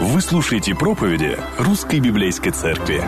Вы слушаете проповеди Русской Библейской Церкви.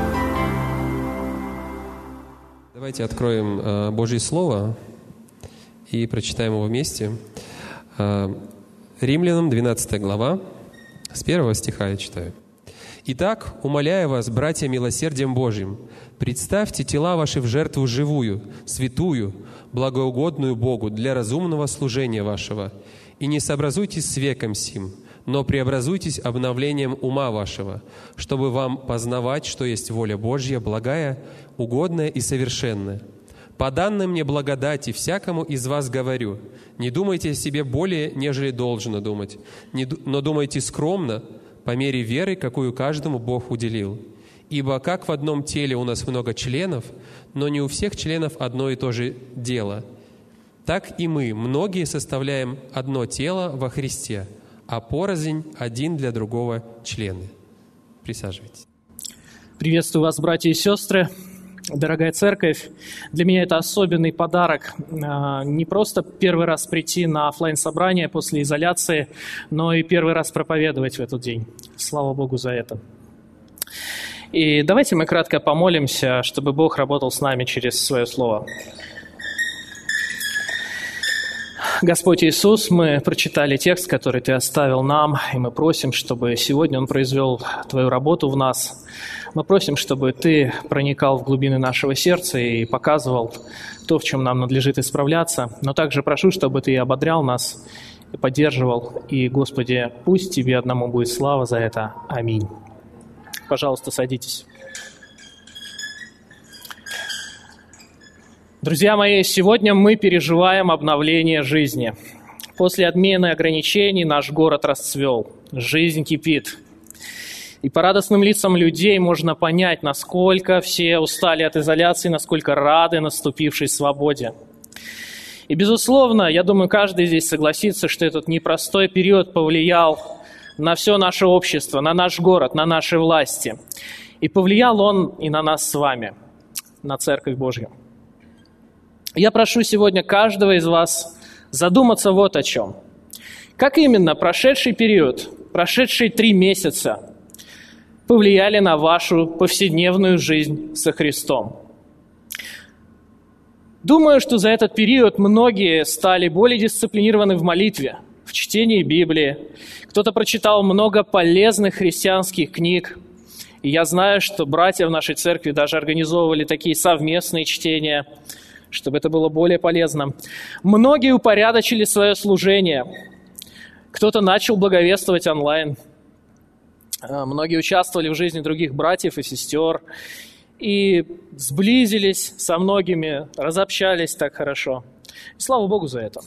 Давайте откроем Божье Слово и прочитаем его вместе. Римлянам 12 глава, с 1 стиха я читаю. «Итак, умоляю вас, братья, милосердием Божьим, представьте тела ваши в жертву живую, святую, благоугодную Богу для разумного служения вашего, и не сообразуйтесь с веком сим, но преобразуйтесь обновлением ума вашего, чтобы вам познавать, что есть воля Божья, благая, угодная и совершенная. По данной мне благодати всякому из вас говорю, не думайте о себе более, нежели должно думать, но думайте скромно, по мере веры, какую каждому Бог уделил. Ибо как в одном теле у нас много членов, но не у всех членов одно и то же дело, так и мы, многие, составляем одно тело во Христе, а порознь один для другого члены». Присаживайтесь. Приветствую вас, братья и сестры, дорогая церковь. Для меня это особенный подарок. Не просто первый раз прийти на офлайн-собрание после изоляции, но и первый раз проповедовать в этот день. Слава Богу за это. И давайте мы кратко помолимся, чтобы Бог работал с нами через Свое Слово. Господь Иисус, мы прочитали текст, который Ты оставил нам, и мы просим, чтобы сегодня он произвел Твою работу в нас. Мы просим, чтобы Ты проникал в глубины нашего сердца и показывал то, в чем нам надлежит исправляться. Но также прошу, чтобы Ты ободрял нас и поддерживал. И, Господи, пусть Тебе одному будет слава за это. Аминь. Пожалуйста, садитесь. Друзья мои, сегодня мы переживаем обновление жизни. После отмены ограничений наш город расцвел, жизнь кипит. И по радостным лицам людей можно понять, насколько все устали от изоляции, насколько рады наступившей свободе. И, безусловно, я думаю, каждый здесь согласится, что этот непростой период повлиял на все наше общество, на наш город, на наши власти. И повлиял он и на нас с вами, на Церковь Божью. Я прошу сегодня каждого из вас задуматься вот о чем. Как именно прошедший период, прошедшие 3 месяца повлияли на вашу повседневную жизнь со Христом? Думаю, что за этот период многие стали более дисциплинированы в молитве, в чтении Библии. Кто-то прочитал много полезных христианских книг. И я знаю, что братья в нашей церкви даже организовывали такие совместные чтения, чтобы это было более полезно. Многие упорядочили свое служение. Кто-то начал благовествовать онлайн. Многие участвовали в жизни других братьев и сестер и сблизились со многими, разобщались так хорошо. И слава Богу за это.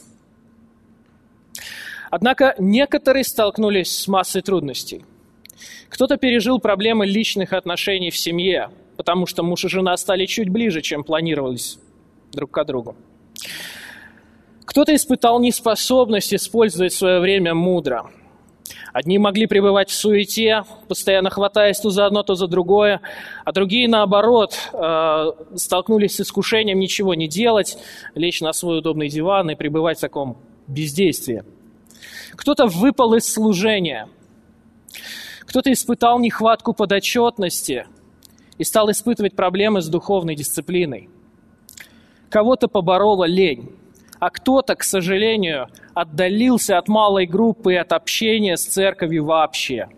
Однако некоторые столкнулись с массой трудностей. Кто-то пережил проблемы личных отношений в семье, потому что муж и жена стали чуть ближе, чем планировалось друг к другу. Кто-то испытал неспособность использовать свое время мудро. Одни могли пребывать в суете, постоянно хватаясь то за одно, то за другое, а другие, наоборот, столкнулись с искушением ничего не делать, лечь на свой удобный диван и пребывать в таком бездействии. Кто-то выпал из служения, кто-то испытал нехватку подотчетности и стал испытывать проблемы с духовной дисциплиной. Кого-то поборола лень, а кто-то, к сожалению, отдалился от малой группы и от общения с церковью вообще.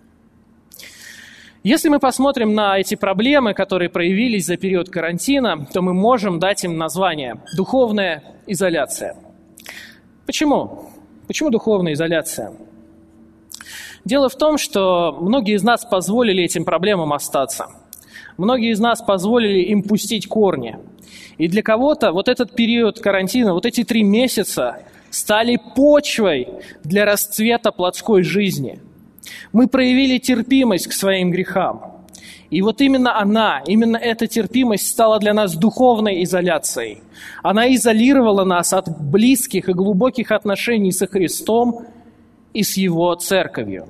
Если мы посмотрим на эти проблемы, которые проявились за период карантина, то мы можем дать им название «духовная изоляция». Почему? Почему духовная изоляция? Дело в том, что многие из нас позволили этим проблемам остаться. Многие из нас позволили им пустить корни. И для кого-то вот этот период карантина, вот эти 3 месяца стали почвой для расцвета плотской жизни. Мы проявили терпимость к своим грехам. И вот именно эта терпимость стала для нас духовной изоляцией. Она изолировала нас от близких и глубоких отношений со Христом и с Его церковью.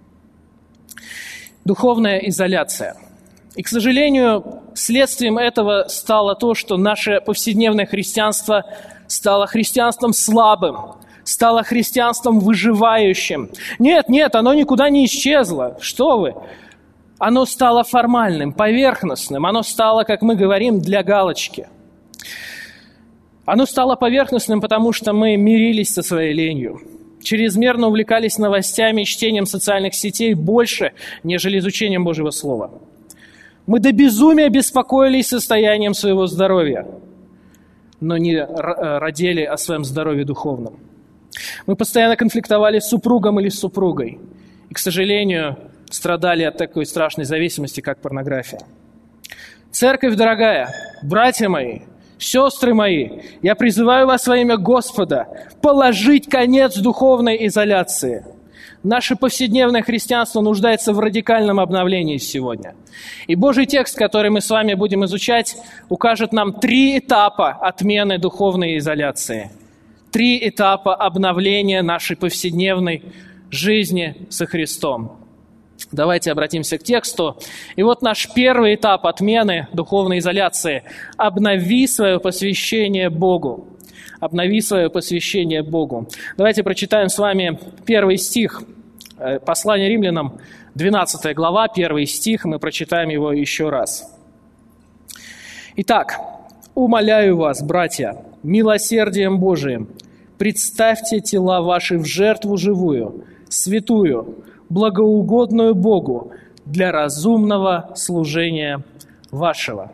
Духовная изоляция. И, к сожалению, следствием этого стало то, что наше повседневное христианство стало христианством слабым, стало христианством выживающим. Нет, оно никуда не исчезло. Что вы? Оно стало формальным, поверхностным. Оно стало, как мы говорим, для галочки. Оно стало поверхностным, потому что мы мирились со своей ленью. Чрезмерно увлекались новостями и чтением социальных сетей больше, нежели изучением Божьего Слова. Мы до безумия беспокоились состоянием своего здоровья, но не радели о своем здоровье духовном. Мы постоянно конфликтовали с супругом или с супругой. И, к сожалению, страдали от такой страшной зависимости, как порнография. Церковь дорогая, братья мои, сестры мои, я призываю вас во имя Господа положить конец духовной изоляции. Наше повседневное христианство нуждается в радикальном обновлении сегодня. И Божий текст, который мы с вами будем изучать, укажет нам 3 этапа отмены духовной изоляции. 3 этапа обновления нашей повседневной жизни со Христом. Давайте обратимся к тексту. И вот наш первый этап отмены духовной изоляции. Обнови свое посвящение Богу. Обнови свое посвящение Богу. Давайте прочитаем с вами 1 стих. Послание римлянам, 12 глава, 1 стих. Мы прочитаем его еще раз. Итак, умоляю вас, братья, милосердием Божиим, представьте тела ваши в жертву живую, святую, благоугодную Богу для разумного служения вашего.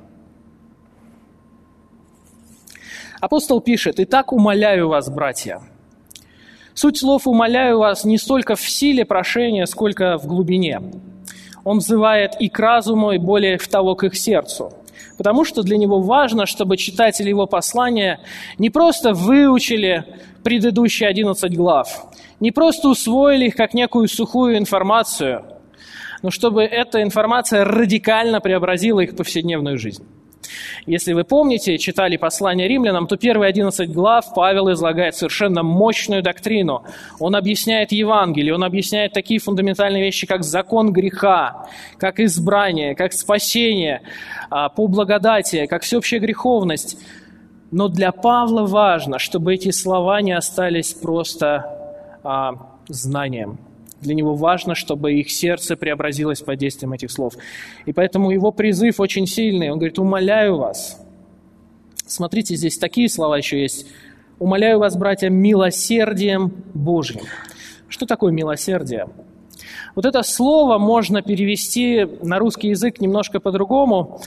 Апостол пишет: «Итак, умоляю вас, братья». Суть слов «умоляю вас» не столько в силе прошения, сколько в глубине. Он взывает и к разуму, и более того, к их сердцу. Потому что для него важно, чтобы читатели его послания не просто выучили предыдущие 11 глав, не просто усвоили их как некую сухую информацию, но чтобы эта информация радикально преобразила их повседневную жизнь. Если вы помните, читали послание римлянам, то первые 11 глав Павел излагает совершенно мощную доктрину. Он объясняет Евангелие, он объясняет такие фундаментальные вещи, как закон греха, как избрание, как спасение по благодати, как всеобщая греховность. Но для Павла важно, чтобы эти слова не остались просто знанием. Для него важно, чтобы их сердце преобразилось под действием этих слов. И поэтому его призыв очень сильный. Он говорит: «Умоляю вас». Смотрите, здесь такие слова еще есть. «Умоляю вас, братья, милосердием Божьим». Что такое милосердие? Вот это слово можно перевести на русский язык немножко по-другому,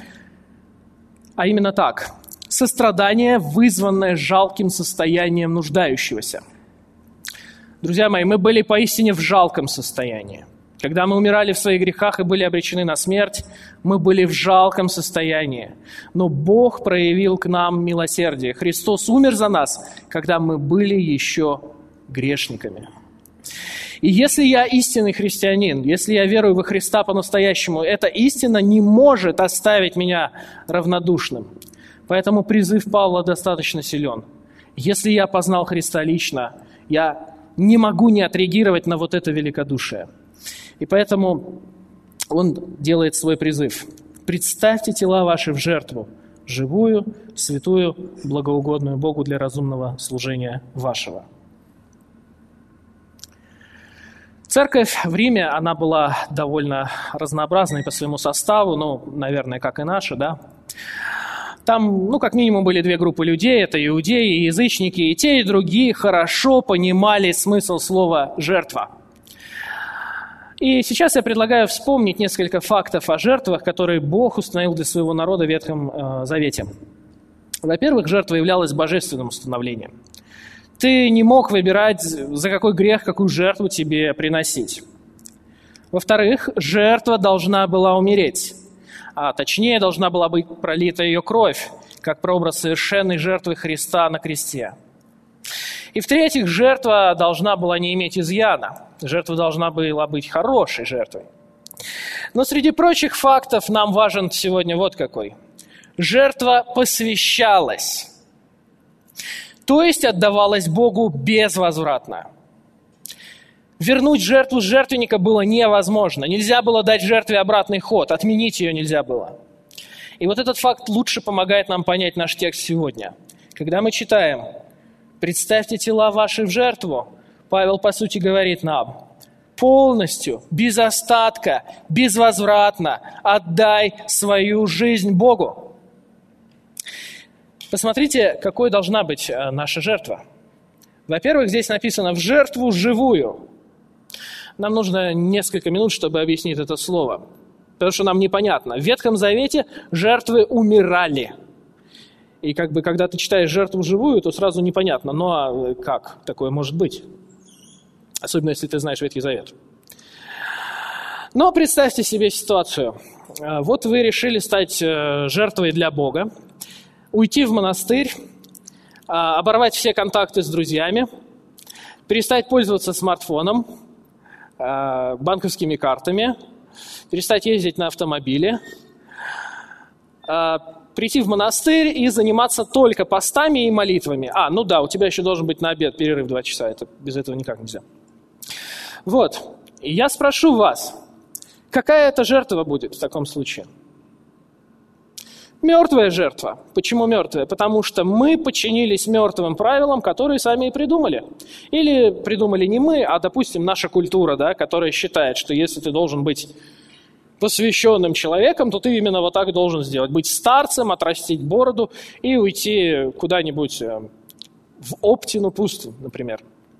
а именно так. Сострадание, вызванное жалким состоянием нуждающегося. Друзья мои, мы были поистине в жалком состоянии. Когда мы умирали в своих грехах и были обречены на смерть, мы были в жалком состоянии. Но Бог проявил к нам милосердие. Христос умер за нас, когда мы были еще грешниками. И если я истинный христианин, если я верую во Христа по-настоящему, эта истина не может оставить меня равнодушным. Поэтому призыв Павла достаточно силен. Если я познал Христа лично, я не могу не отреагировать на вот это великодушие. И поэтому он делает свой призыв. «Представьте тела ваши в жертву, живую, святую, благоугодную Богу для разумного служения вашего». Церковь в Риме, она была довольно разнообразной по своему составу, наверное, как и наша, да. Там, как минимум, были 2 группы людей, это иудеи и язычники, и те, и другие хорошо понимали смысл слова «жертва». И сейчас я предлагаю вспомнить несколько фактов о жертвах, которые Бог установил для своего народа в Ветхом Завете. Во-первых, жертва являлась божественным установлением. Ты не мог выбирать, за какой грех, какую жертву тебе приносить. Во-вторых, жертва должна была умереть. А точнее, должна была быть пролита ее кровь, как прообраз совершенной жертвы Христа на кресте. И в-третьих, жертва должна была не иметь изъяна. Жертва должна была быть хорошей жертвой. Но среди прочих фактов нам важен сегодня вот какой. Жертва посвящалась, то есть отдавалась Богу безвозвратно. Вернуть жертву с жертвенника было невозможно. Нельзя было дать жертве обратный ход, отменить ее нельзя было. И вот этот факт лучше помогает нам понять наш текст сегодня. Когда мы читаем: Представьте тела ваши в жертву. Павел, по сути, говорит нам: полностью, без остатка, безвозвратно отдай свою жизнь Богу. Посмотрите, какой должна быть наша жертва. Во-первых, здесь написано «в жертву живую». Нам нужно несколько минут, чтобы объяснить это слово, потому что нам непонятно. В Ветхом Завете жертвы умирали. И когда ты читаешь жертву живую, то сразу непонятно, ну а как такое может быть? Особенно, если ты знаешь Ветхий Завет. Но представьте себе ситуацию. Вот вы решили стать жертвой для Бога, уйти в монастырь, оборвать все контакты с друзьями, перестать пользоваться смартфоном, банковскими картами, перестать ездить на автомобиле, прийти в монастырь и заниматься только постами и молитвами. Ну да, у тебя еще должен быть на обед перерыв 2 часа, без этого никак нельзя. Вот, и я спрошу вас, какая это жертва будет в таком случае? Мертвая жертва. Почему мертвая? Потому что мы подчинились мертвым правилам, которые сами и придумали. Или придумали не мы, а, допустим, наша культура, да, которая считает, что если ты должен быть посвященным человеком, то ты именно вот так должен сделать. Быть старцем, отрастить бороду и уйти куда-нибудь в Оптину пустыню, например.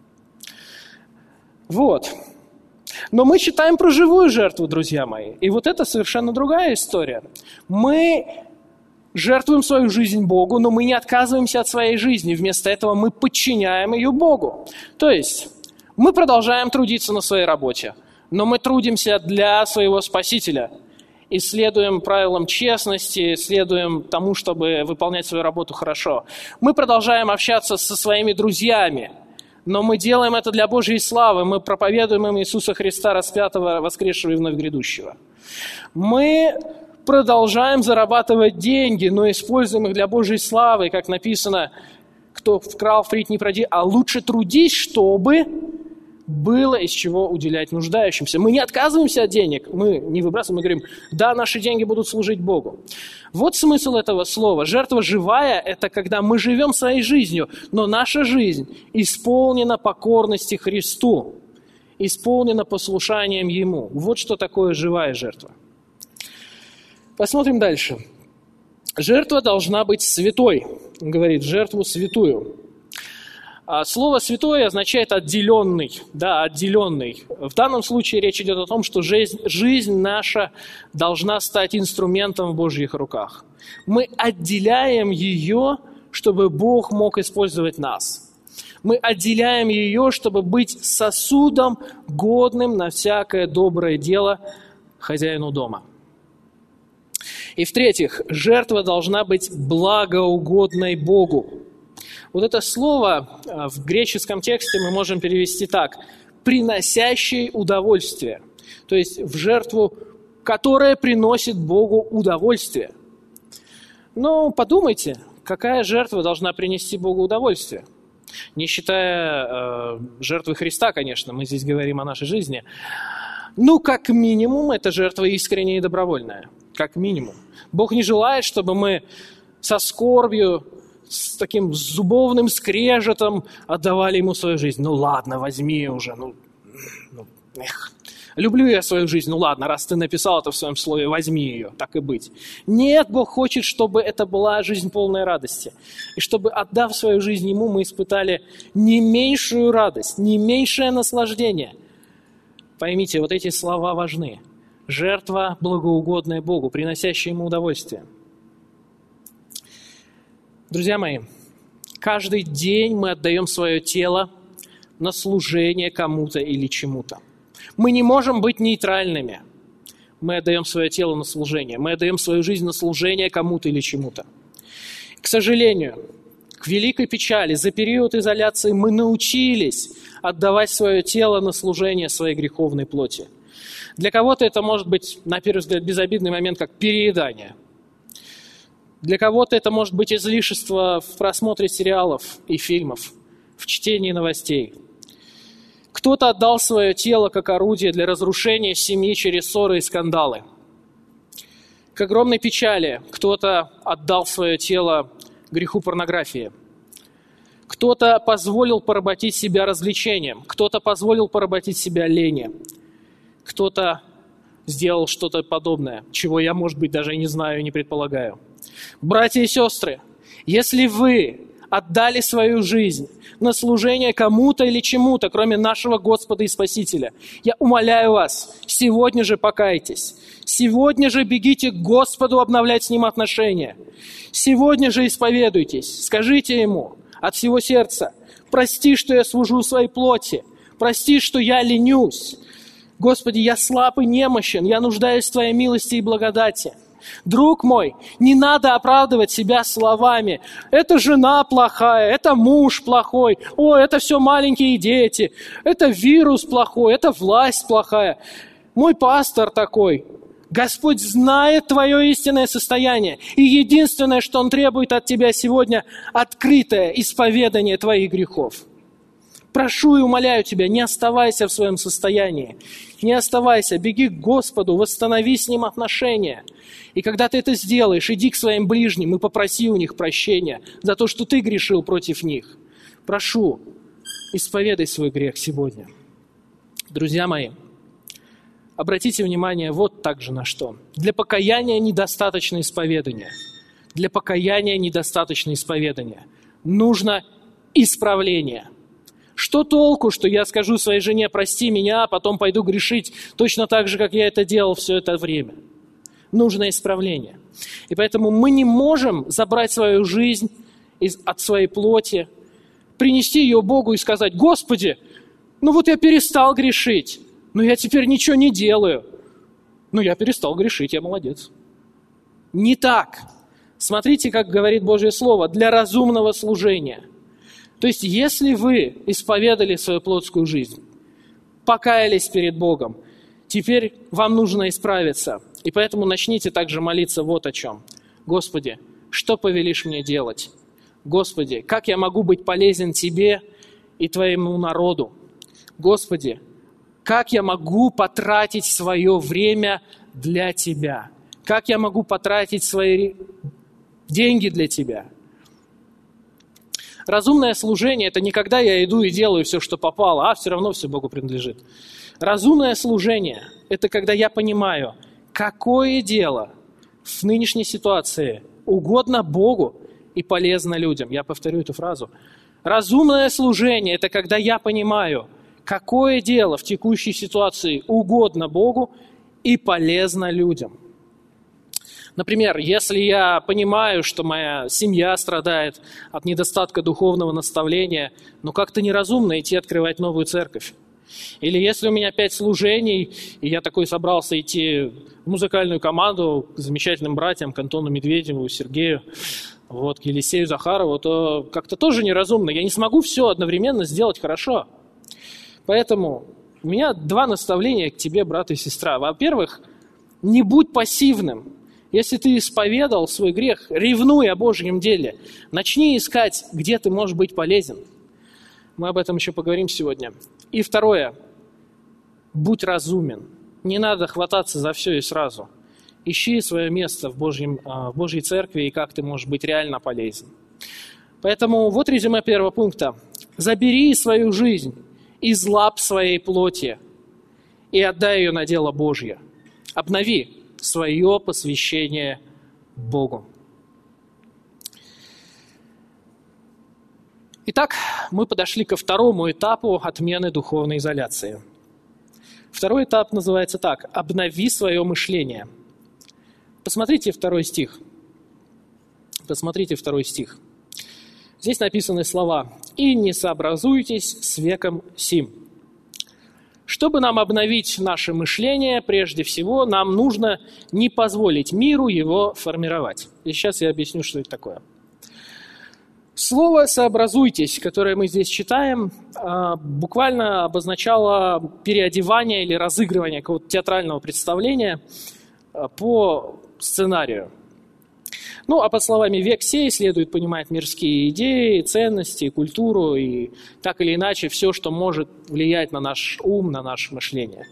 Вот. Но мы читаем про живую жертву, друзья мои. И вот это совершенно другая история. Мы жертвуем свою жизнь Богу, но мы не отказываемся от своей жизни. Вместо этого мы подчиняем ее Богу. То есть мы продолжаем трудиться на своей работе, но мы трудимся для своего Спасителя. И следуем правилам честности, следуем тому, чтобы выполнять свою работу хорошо. Мы продолжаем общаться со своими друзьями, но мы делаем это для Божьей славы. Мы проповедуем им Иисуса Христа, распятого, воскресшего и вновь грядущего. Мы продолжаем зарабатывать деньги, но используем их для Божьей славы, как написано: кто вкрал, впредь не кради, а лучше трудись, чтобы было из чего уделять нуждающимся. Мы не отказываемся от денег, мы не выбрасываем, мы говорим: да, наши деньги будут служить Богу. Вот смысл этого слова. Жертва живая – это когда мы живем своей жизнью, но наша жизнь исполнена покорности Христу, исполнена послушанием Ему. Вот что такое живая жертва. Посмотрим дальше. Жертва должна быть святой. Он говорит, жертву святую. Слово «святой» означает «отделенный». Да, «отделенный». В данном случае речь идет о том, что жизнь наша должна стать инструментом в Божьих руках. Мы отделяем ее, чтобы Бог мог использовать нас. Мы отделяем ее, чтобы быть сосудом, годным на всякое доброе дело хозяину дома. И в-третьих, жертва должна быть благоугодной Богу. Вот это слово в греческом тексте мы можем перевести так: «приносящий удовольствие». То есть в жертву, которая приносит Богу удовольствие. Но подумайте, какая жертва должна принести Богу удовольствие? Не считая жертвы Христа, конечно, мы здесь говорим о нашей жизни. Как минимум, это жертва искренняя и добровольная. Как минимум. Бог не желает, чтобы мы со скорбью, с таким зубовным скрежетом отдавали Ему свою жизнь. Ладно, возьми уже. Люблю я свою жизнь. Ладно, раз ты написал это в своем слове, возьми ее, так и быть. Нет, Бог хочет, чтобы это была жизнь полной радости. И чтобы, отдав свою жизнь Ему, мы испытали не меньшую радость, не меньшее наслаждение. Поймите, вот эти слова важны. Жертва, благоугодная Богу, приносящая Ему удовольствие. Друзья мои, каждый день мы отдаем свое тело на служение кому-то или чему-то. Мы не можем быть нейтральными. Мы отдаем свое тело на служение. Мы отдаем свою жизнь на служение кому-то или чему-то. К сожалению, к великой печали, за период изоляции мы научились отдавать свое тело на служение своей греховной плоти. Для кого-то это может быть, на первый взгляд, безобидный момент, как переедание. Для кого-то это может быть излишество в просмотре сериалов и фильмов, в чтении новостей. Кто-то отдал свое тело как орудие для разрушения семьи через ссоры и скандалы. К огромной печали кто-то отдал свое тело греху порнографии. Кто-то позволил поработить себя развлечением, кто-то позволил поработить себя лени, кто-то сделал что-то подобное, чего я, может быть, даже и не знаю и не предполагаю. Братья и сестры, если вы отдали свою жизнь на служение кому-то или чему-то, кроме нашего Господа и Спасителя, я умоляю вас, сегодня же покайтесь, сегодня же бегите к Господу обновлять с Ним отношения, сегодня же исповедуйтесь, скажите Ему от всего сердца: прости, что я служу своей плоти, прости, что я ленюсь. Господи, я слаб и немощен, я нуждаюсь в Твоей милости и благодати. Друг мой, не надо оправдывать себя словами: это жена плохая, это муж плохой, это все маленькие дети, это вирус плохой, это власть плохая, мой пастор такой. Господь знает твое истинное состояние, и единственное, что Он требует от тебя сегодня, открытое исповедание твоих грехов. Прошу и умоляю тебя, не оставайся в своем состоянии, не оставайся, беги к Господу, восстанови с Ним отношения. И когда ты это сделаешь, иди к своим ближним и попроси у них прощения за то, что ты грешил против них. Прошу, исповедай свой грех сегодня. Друзья мои, обратите внимание вот также на что. Для покаяния недостаточно исповедания. Для покаяния недостаточно исповедания. Нужно исправление. Что толку, что я скажу своей жене: прости меня, а потом пойду грешить точно так же, как я это делал все это время? Нужно исправление. И поэтому мы не можем забрать свою жизнь от своей плоти, принести ее Богу и сказать: Господи, вот я перестал грешить, но я теперь ничего не делаю. Я перестал грешить, я молодец. Не так. Смотрите, как говорит Божье Слово: для разумного служения. То есть, если вы исповедали свою плотскую жизнь, покаялись перед Богом, теперь вам нужно исправиться. И поэтому начните также молиться вот о чем. Господи, что повелишь мне делать? Господи, как я могу быть полезен Тебе и Твоему народу? Господи, как я могу потратить свое время для Тебя? Как я могу потратить свои деньги для Тебя? Разумное служение – это не когда я иду и делаю все, что попало, а все равно все Богу принадлежит. Разумное служение – это когда я понимаю, какое дело в нынешней ситуации угодно Богу и полезно людям. Я повторю эту фразу. Разумное служение – это когда я понимаю, какое дело в текущей ситуации угодно Богу и полезно людям. Например, если я понимаю, что моя семья страдает от недостатка духовного наставления, как-то неразумно идти открывать новую церковь. Или если у меня 5 служений, и я такой собрался идти в музыкальную команду к замечательным братьям, к Антону Медведеву, Сергею, к Елисею Захарову, то как-то тоже неразумно. Я не смогу все одновременно сделать хорошо. Поэтому у меня 2 наставления к тебе, брат и сестра. Во-первых, не будь пассивным. Если ты исповедал свой грех, ревнуй о Божьем деле. Начни искать, где ты можешь быть полезен. Мы об этом еще поговорим сегодня. И второе. Будь разумен. Не надо хвататься за все и сразу. Ищи свое место в Божьей церкви и как ты можешь быть реально полезен. Поэтому вот резюме первого пункта. Забери свою жизнь из лап своей плоти и отдай ее на дело Божье. Обнови свое посвящение Богу. Итак, мы подошли ко второму этапу отмены духовной изоляции. Второй этап называется так: обнови свое мышление. Посмотрите 2 стих. Посмотрите 2 стих. Здесь написаны слова: «И не сообразуйтесь с веком сим». Чтобы нам обновить наше мышление, прежде всего, нам нужно не позволить миру его формировать. И сейчас я объясню, что это такое. Слово «сообразуйтесь», которое мы здесь читаем, буквально обозначало переодевание или разыгрывание какого-то театрального представления по сценарию. А под словами «век сей» следует понимать мирские идеи, ценности, культуру и так или иначе все, что может влиять на наш ум, на наше мышление.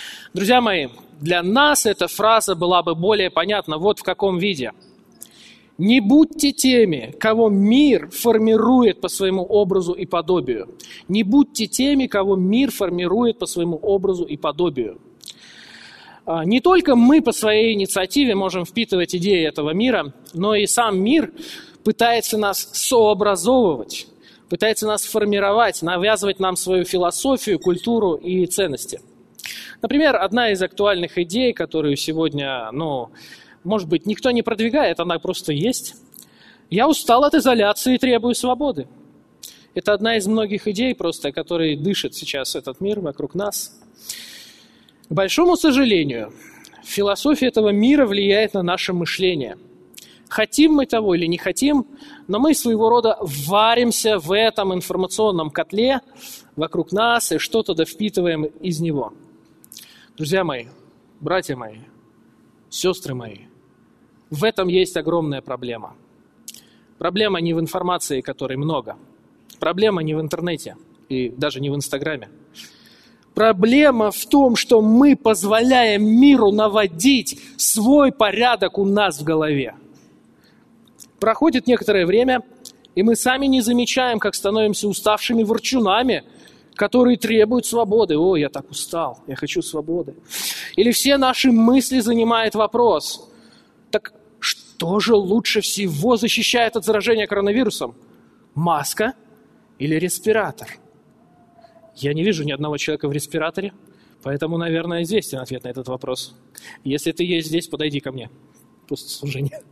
Друзья мои, для нас эта фраза была бы более понятна вот в каком виде. Не будьте теми, кого мир формирует по своему образу и подобию. Не будьте теми, кого мир формирует по своему образу и подобию. Не только мы по своей инициативе можем впитывать идеи этого мира, но и сам мир пытается нас сообразовывать, пытается нас формировать, навязывать нам свою философию, культуру и ценности. Например, одна из актуальных идей, которую сегодня, может быть, никто не продвигает, она просто есть. Я устал от изоляции и требую свободы. Это одна из многих идей, просто, которой дышит сейчас этот мир вокруг нас. К большому сожалению, философия этого мира влияет на наше мышление. Хотим мы того или не хотим, но мы своего рода варимся в этом информационном котле вокруг нас и что-то впитываем из него. Друзья мои, братья мои, сестры мои, в этом есть огромная проблема. Проблема не в информации, которой много. Проблема не в интернете и даже не в Инстаграме. Проблема в том, что мы позволяем миру наводить свой порядок у нас в голове. Проходит некоторое время, и мы сами не замечаем, как становимся уставшими ворчунами, которые требуют свободы. О, я так устал, я хочу свободы. Или все наши мысли занимает вопрос: так что же лучше всего защищает от заражения коронавирусом? Маска или респиратор? Я не вижу ни одного человека в респираторе, поэтому, наверное, известен ответ на этот вопрос. Если ты есть здесь, подойди ко мне после служения.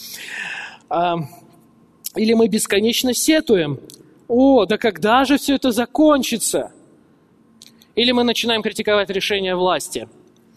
Или мы бесконечно сетуем: о, да когда же все это закончится? Или мы начинаем критиковать решения власти.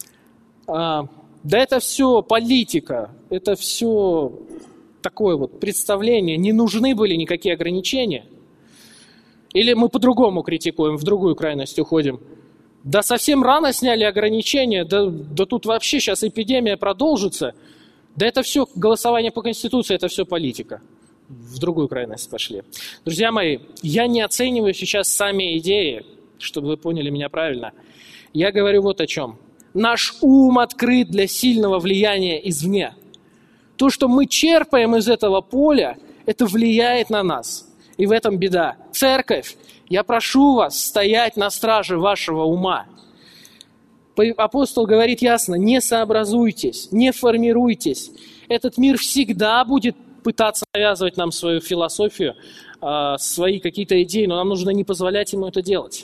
Да это все политика, это все такое вот представление, не нужны были никакие ограничения. Или мы по-другому критикуем, в другую крайность уходим. Да совсем рано сняли ограничения, да тут вообще сейчас эпидемия продолжится. Да это все голосование по Конституции, это все политика. В другую крайность пошли. Друзья мои, я не оцениваю сейчас сами идеи, чтобы вы поняли меня правильно. Я говорю вот о чем. Наш ум открыт для сильного влияния извне. То, что мы черпаем из этого поля, это влияет на нас. И в этом беда. Церковь, я прошу вас стоять на страже вашего ума. Апостол говорит ясно: не сообразуйтесь, не формируйтесь. Этот мир всегда будет пытаться навязывать нам свою философию, свои какие-то идеи, но нам нужно не позволять ему это делать.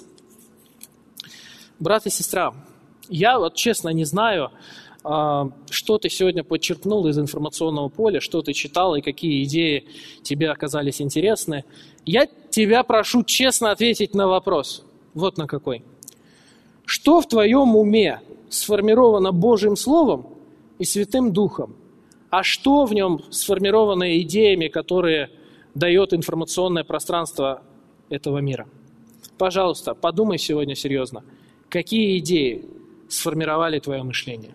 Брат и сестра, я вот честно не знаю, что ты сегодня подчеркнул из информационного поля, что ты читал и какие идеи тебе оказались интересны. Я тебя прошу честно ответить на вопрос. Вот на какой. Что в твоем уме сформировано Божьим Словом и Святым Духом, а что в нем сформировано идеями, которые дает информационное пространство этого мира? Пожалуйста, подумай сегодня серьезно, какие идеи сформировали твое мышление.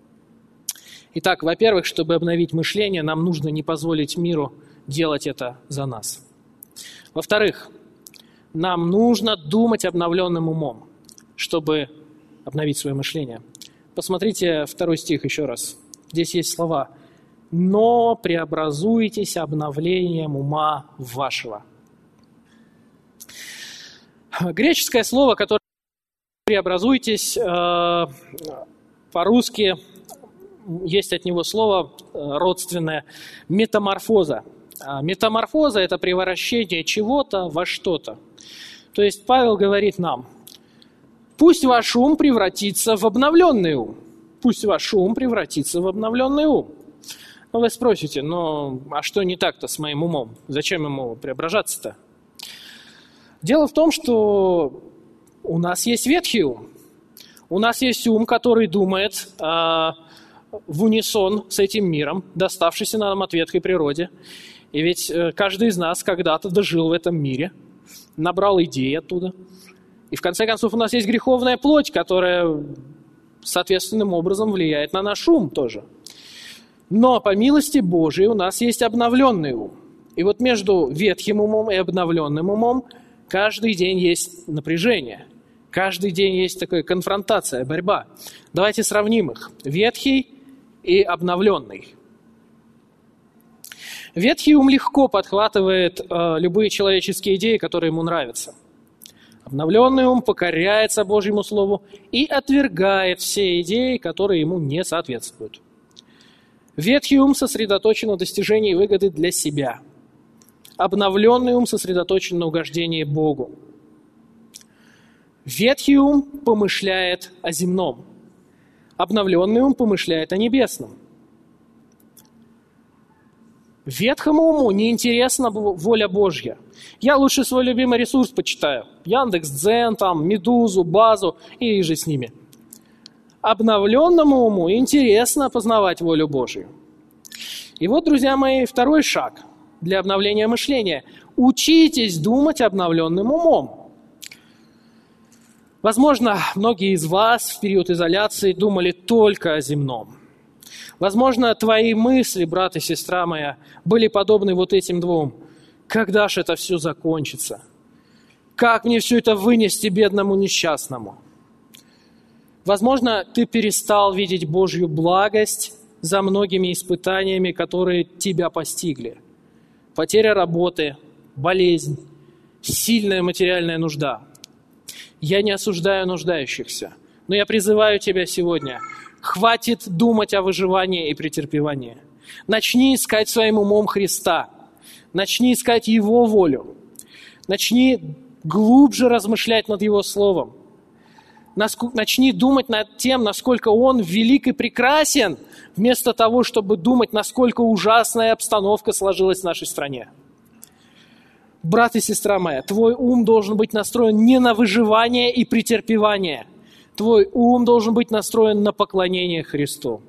Итак, во-первых, чтобы обновить мышление, нам нужно не позволить миру делать это за нас. Во-вторых, нам нужно думать обновленным умом, чтобы обновить свое мышление. Посмотрите 2 стих еще раз. Здесь есть слова: «Но преобразуйтесь обновлением ума вашего». Греческое слово, которое «преобразуйтесь», по-русски есть от него слово родственное «метаморфоза». Метаморфоза – это превращение чего-то во что-то. То есть Павел говорит нам: пусть ваш ум превратится в обновленный ум. Пусть ваш ум превратится в обновленный ум. Но вы спросите: а что не так-то с моим умом? Зачем ему преображаться-то? Дело в том, что у нас есть ветхий ум. У нас есть ум, который думает в унисон с этим миром, доставшийся нам от ветхой природе. И ведь каждый из нас когда-то дожил в этом мире, набрал идей оттуда. И в конце концов у нас есть греховная плоть, которая соответственным образом влияет на наш ум тоже. Но по милости Божией у нас есть обновленный ум. И вот между ветхим умом и обновленным умом каждый день есть напряжение. Каждый день есть такая конфронтация, борьба. Давайте сравним их. Ветхий и обновленный. Ветхий ум легко подхватывает любые человеческие идеи, которые ему нравятся. Обновленный ум покоряется Божьему Слову и отвергает все идеи, которые ему не соответствуют. Ветхий ум сосредоточен на достижении выгоды для себя. Обновленный ум сосредоточен на угождении Богу. Ветхий ум помышляет о земном. Обновленный ум помышляет о небесном. Ветхому уму неинтересна воля Божья. Я лучше свой любимый ресурс почитаю. Яндекс.Дзен, Медузу, Базу и же с ними. Обновленному уму интересно познавать волю Божью. И вот, друзья мои, второй шаг для обновления мышления. Учитесь думать обновленным умом. Возможно, многие из вас в период изоляции думали только о земном. Возможно, твои мысли, брат и сестра моя, были подобны вот этим двум. Когда же это все закончится? Как мне все это вынести бедному несчастному? Возможно, ты перестал видеть Божью благость за многими испытаниями, которые тебя постигли. Потеря работы, болезнь, сильная материальная нужда. Я не осуждаю нуждающихся, но я призываю тебя сегодня: хватит думать о выживании и претерпевании. Начни искать своим умом Христа. Начни искать Его волю. Начни глубже размышлять над Его Словом. Начни думать над тем, насколько Он велик и прекрасен, вместо того, чтобы думать, насколько ужасная обстановка сложилась в нашей стране. Брат и сестра моя, твой ум должен быть настроен не на выживание и претерпевание. Твой ум должен быть настроен на поклонение Христу.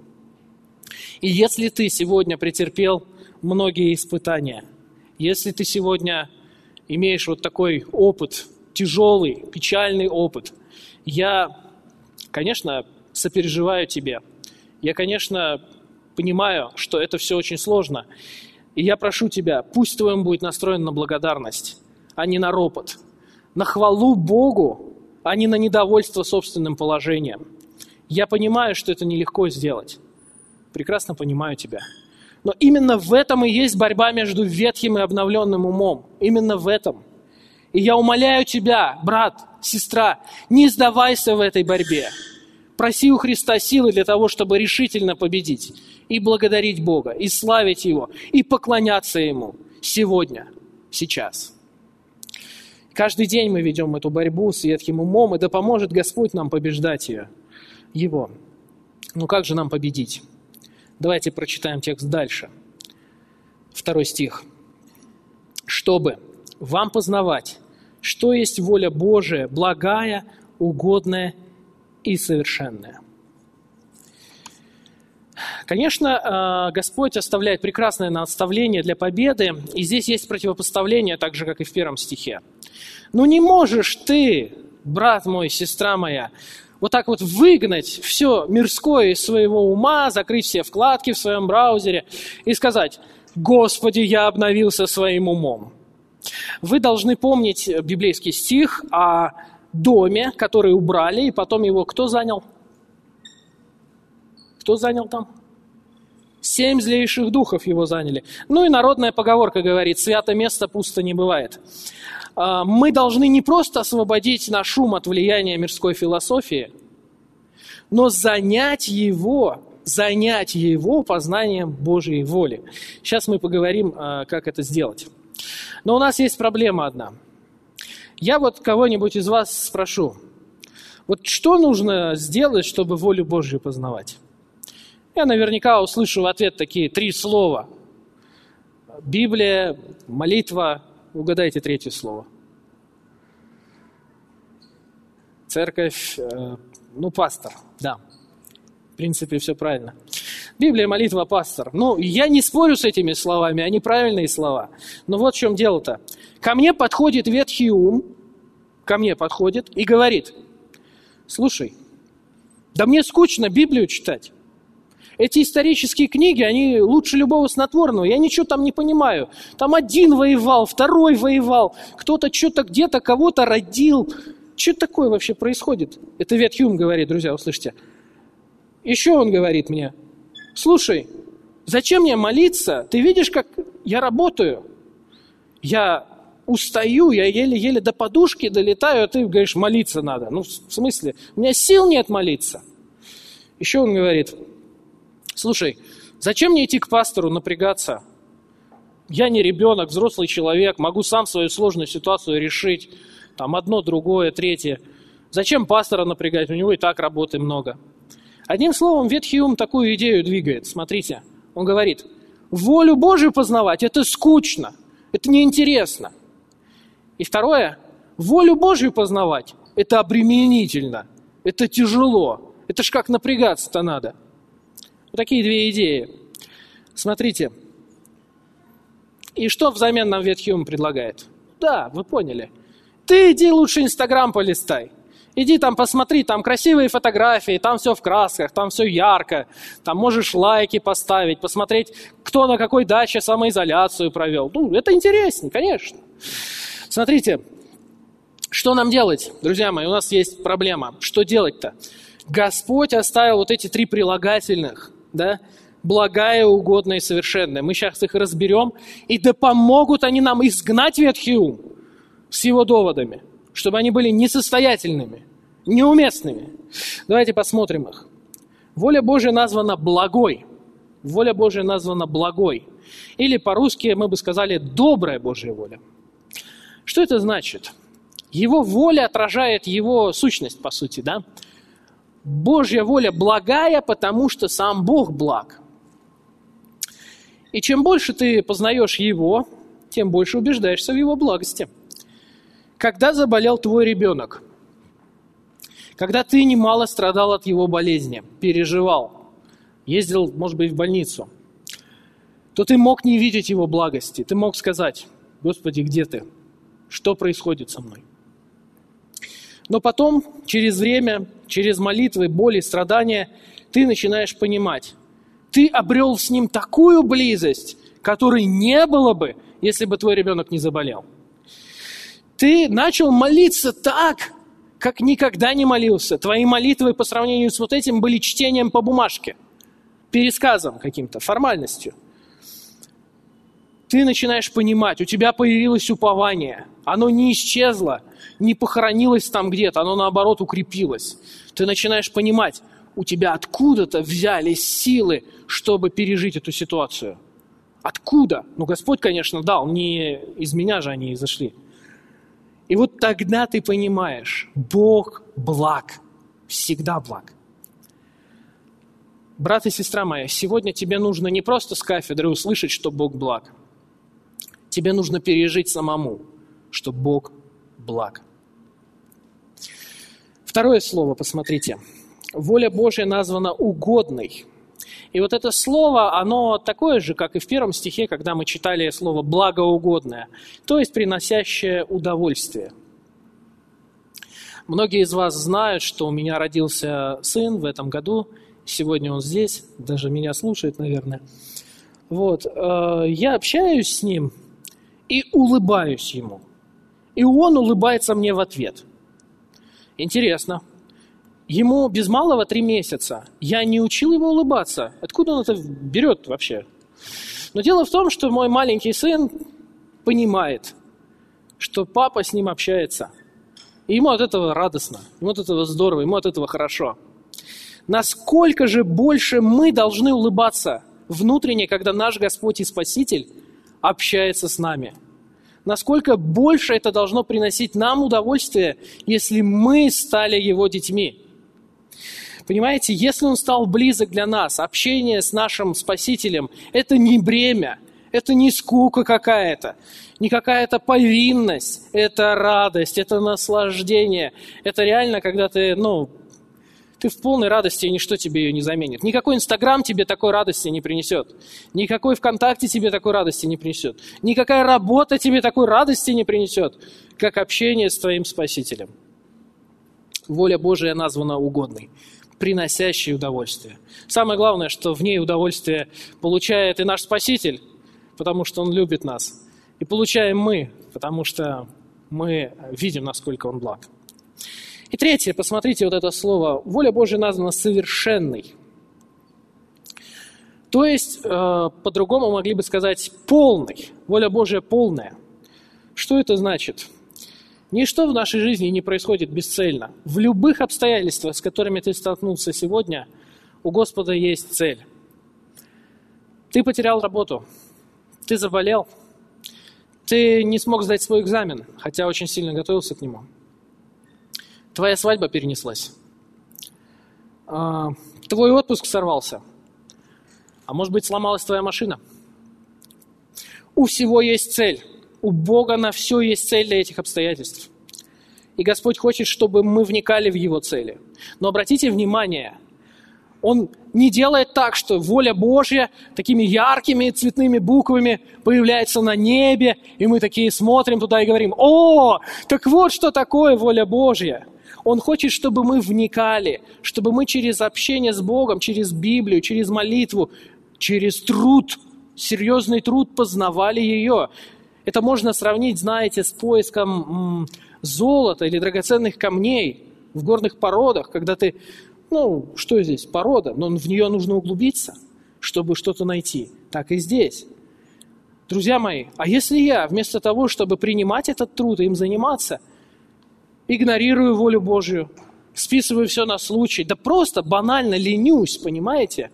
И если ты сегодня претерпел многие испытания, если ты сегодня имеешь вот такой опыт, тяжелый, печальный опыт, я, конечно, сопереживаю тебе. Я, конечно, понимаю, что это все очень сложно. И я прошу тебя, пусть твой ум будет настроен на благодарность, а не на ропот, на хвалу Богу, а не на недовольство собственным положением. Я понимаю, что это нелегко сделать. Прекрасно понимаю тебя. Но именно в этом и есть борьба между ветхим и обновленным умом. Именно в этом. И я умоляю тебя, брат, сестра, не сдавайся в этой борьбе. Проси у Христа силы для того, чтобы решительно победить. И благодарить Бога, и славить Его, и поклоняться Ему сегодня, сейчас. Каждый день мы ведем эту борьбу с ветхим умом, и да поможет Господь нам побеждать его. Но как же нам победить? Давайте прочитаем текст дальше. 2 стих. «Чтобы вам познавать, что есть воля Божия, благая, угодная и совершенная». Конечно, Господь оставляет прекрасное наставление для победы, и здесь есть противопоставление, так же, как и в 1 стихе. Но не можешь ты, брат мой, сестра моя, вот так вот выгнать все мирское из своего ума, закрыть все вкладки в своем браузере и сказать: «Господи, я обновился своим умом». Вы должны помнить библейский стих о доме, который убрали, и потом его кто занял? Кто занял там? 7 злейших духов его заняли. Ну и народная поговорка говорит: «Свято место пусто не бывает». Мы должны не просто освободить наш ум от влияния мирской философии, но занять его познанием Божьей воли. Сейчас мы поговорим, как это сделать. Но у нас есть проблема одна. Я вот кого-нибудь из вас спрошу: вот что нужно сделать, чтобы волю Божью познавать? Я наверняка услышу в ответ такие 3 слова. Библия, молитва, угадайте 3 слово. Церковь, пастор, да. В принципе, все правильно. Библия, молитва, пастор. Я не спорю с этими словами, они правильные слова. Но вот в чем дело-то. Ко мне подходит ветхий ум, и говорит: слушай, да мне скучно Библию читать. Эти исторические книги, они лучше любого снотворного. Я ничего там не понимаю. Там один воевал, второй воевал. Кто-то что-то где-то кого-то родил. Что такое вообще происходит? Это ветхий ум говорит, друзья, услышьте. Еще он говорит мне: слушай, зачем мне молиться? Ты видишь, как я работаю, я устаю, я еле-еле до подушки долетаю, а ты говоришь, молиться надо. Ну, в смысле, у меня сил нет молиться. Еще он говорит, слушай, зачем мне идти к пастору напрягаться? Я не ребенок, взрослый человек, могу сам свою сложную ситуацию решить. Там одно, другое, третье. Зачем пастора напрягать? У него и так работы много. Одним словом, Ветхий Ум такую идею двигает. Смотрите, он говорит, волю Божию познавать – это скучно, это неинтересно. И второе, волю Божию познавать – это обременительно, это тяжело. Это ж как напрягаться-то надо. Вот такие две идеи. Смотрите. И что взамен нам Ветхий Ум предлагает? Да, вы поняли. Ты иди лучше Инстаграм полистай. Иди там посмотри, там красивые фотографии, там все в красках, там все ярко. Там можешь лайки поставить, посмотреть, кто на какой даче самоизоляцию провел. Ну, это интереснее, конечно. Смотрите, что нам делать, друзья мои? У нас есть проблема. Что делать-то? Господь оставил вот эти 3 прилагательных, да? Благая, угодная и совершенная. Мы сейчас их разберем, и да помогут они нам изгнать Ветхий Ум с его доводами, чтобы они были несостоятельными, неуместными. Давайте посмотрим их. Воля Божия названа благой. Воля Божия названа благой. Или по-русски мы бы сказали добрая Божья воля. Что это значит? Его воля отражает его сущность, по сути, да? Божья воля благая, потому что сам Бог благ. И чем больше ты познаешь Его, тем больше убеждаешься в Его благости. Когда заболел твой ребенок, когда ты немало страдал от его болезни, переживал, ездил, может быть, в больницу, то ты мог не видеть его благости. Ты мог сказать, Господи, где ты? Что происходит со мной? Но потом, через время, через молитвы, боли, страдания, ты начинаешь понимать, ты обрел с ним такую близость, которой не было бы, если бы твой ребенок не заболел. Ты начал молиться так, как никогда не молился. Твои молитвы по сравнению с вот этим были чтением по бумажке, пересказом каким-то, формальностью. Ты начинаешь понимать, у тебя появилось упование. Оно не исчезло, не похоронилось там где-то, оно наоборот укрепилось. Ты начинаешь понимать, у тебя откуда-то взялись силы, чтобы пережить эту ситуацию. Откуда? Ну, Господь, конечно, дал, не из меня же они изошли. И вот тогда ты понимаешь, Бог благ, всегда благ. Брат и сестра моя, сегодня тебе нужно не просто с кафедры услышать, что Бог благ. Тебе нужно пережить самому, что Бог благ. Второе слово, посмотрите. Воля Божья названа угодной. И вот это слово, оно такое же, как и в 1 стихе, когда мы читали слово «благоугодное», то есть приносящее удовольствие. Многие из вас знают, что у меня родился сын в этом году. Сегодня он здесь, даже меня слушает, наверное. Вот. Я общаюсь с ним и улыбаюсь ему. И он улыбается мне в ответ. Интересно. Ему без малого 3 месяца. Я не учил его улыбаться. Откуда он это берет вообще? Но дело в том, что мой маленький сын понимает, что папа с ним общается. И ему от этого радостно, ему от этого здорово, ему от этого хорошо. Насколько же больше мы должны улыбаться внутренне, когда наш Господь и Спаситель общается с нами? Насколько больше это должно приносить нам удовольствие, если мы стали Его детьми? Понимаете, если Он стал близок для нас, общение с нашим Спасителем – это не бремя, это не скука какая-то, не какая-то повинность, это радость, это наслаждение. Это реально, когда ты в полной радости, и ничто тебе ее не заменит. Никакой Инстаграм тебе такой радости не принесет. Никакой ВКонтакте тебе такой радости не принесет. Никакая работа тебе такой радости не принесет, как общение с твоим Спасителем. Воля Божия названа угодной, приносящей удовольствие. Самое главное, что в ней удовольствие получает и наш Спаситель, потому что Он любит нас. И получаем мы, потому что мы видим, насколько Он благ. И третье, посмотрите вот это слово. Воля Божия названа совершенной. То есть, по-другому могли бы сказать, полный. Воля Божия полная. Что это значит? Ничто в нашей жизни не происходит бесцельно. В любых обстоятельствах, с которыми ты столкнулся сегодня, у Господа есть цель. Ты потерял работу, ты заболел, ты не смог сдать свой экзамен, хотя очень сильно готовился к нему. Твоя свадьба перенеслась. Твой отпуск сорвался. А может быть, сломалась твоя машина. У всего есть цель. У Бога на все есть цель для этих обстоятельств. И Господь хочет, чтобы мы вникали в Его цели. Но обратите внимание, Он не делает так, что воля Божья такими яркими цветными буквами появляется на небе, и мы такие смотрим туда и говорим: «О, так вот что такое воля Божья». Он хочет, чтобы мы вникали, чтобы мы через общение с Богом, через Библию, через молитву, через труд, серьезный труд познавали ее. Это можно сравнить, знаете, с поиском золота или драгоценных камней в горных породах, когда ты, что здесь, порода, но в нее нужно углубиться, чтобы что-то найти. Так и здесь. Друзья мои, а если я вместо того, чтобы принимать этот труд и им заниматься, игнорирую волю Божью, списываю все на случай, да просто банально ленюсь, понимаете?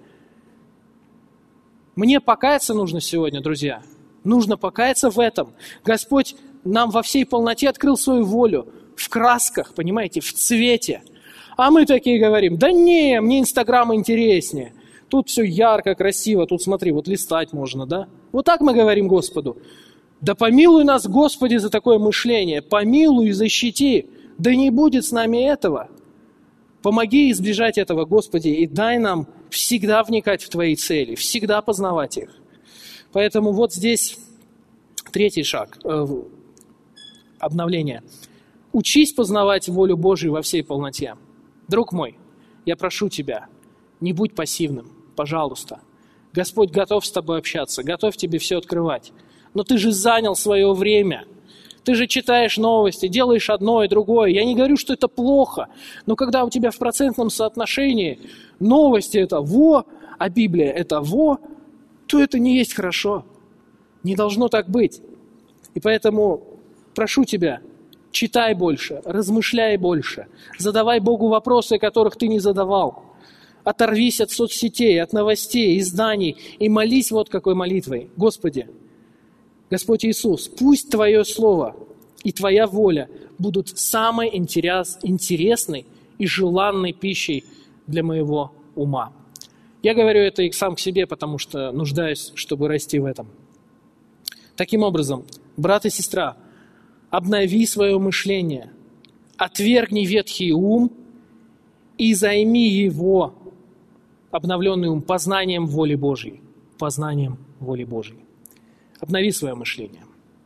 Мне покаяться нужно сегодня, друзья. Нужно покаяться в этом. Господь нам во всей полноте открыл свою волю в красках, понимаете, в цвете. А мы такие говорим: да не, мне Инстаграм интереснее. Тут все ярко, красиво, тут смотри, вот листать можно, да? Вот так мы говорим Господу. Да помилуй нас, Господи, за такое мышление. Помилуй и защити. Да не будет с нами этого. Помоги избежать этого, Господи, и дай нам всегда вникать в Твои цели, всегда познавать их. Поэтому вот здесь третий шаг обновления. Учись познавать волю Божию во всей полноте. Друг мой, я прошу тебя, не будь пассивным, пожалуйста. Господь готов с тобой общаться, готов тебе все открывать. Но ты же занял свое время. Ты же читаешь новости, делаешь одно и другое. Я не говорю, что это плохо, но когда у тебя в процентном соотношении новости это во, а Библия это во, то это не есть хорошо. Не должно так быть. И поэтому прошу тебя, читай больше, размышляй больше, задавай Богу вопросы, которых ты не задавал. Оторвись от соцсетей, от новостей, изданий и молись вот какой молитвой. Господи, Господь Иисус, пусть Твое Слово и Твоя воля будут самой интересной и желанной пищей для моего ума. Я говорю это и сам к себе, потому что нуждаюсь, чтобы расти в этом. Таким образом, брат и сестра, обнови свое мышление, отвергни ветхий ум и займи его, обновленный ум, познанием воли Божьей. Познанием воли Божьей. Обнови свое мышление.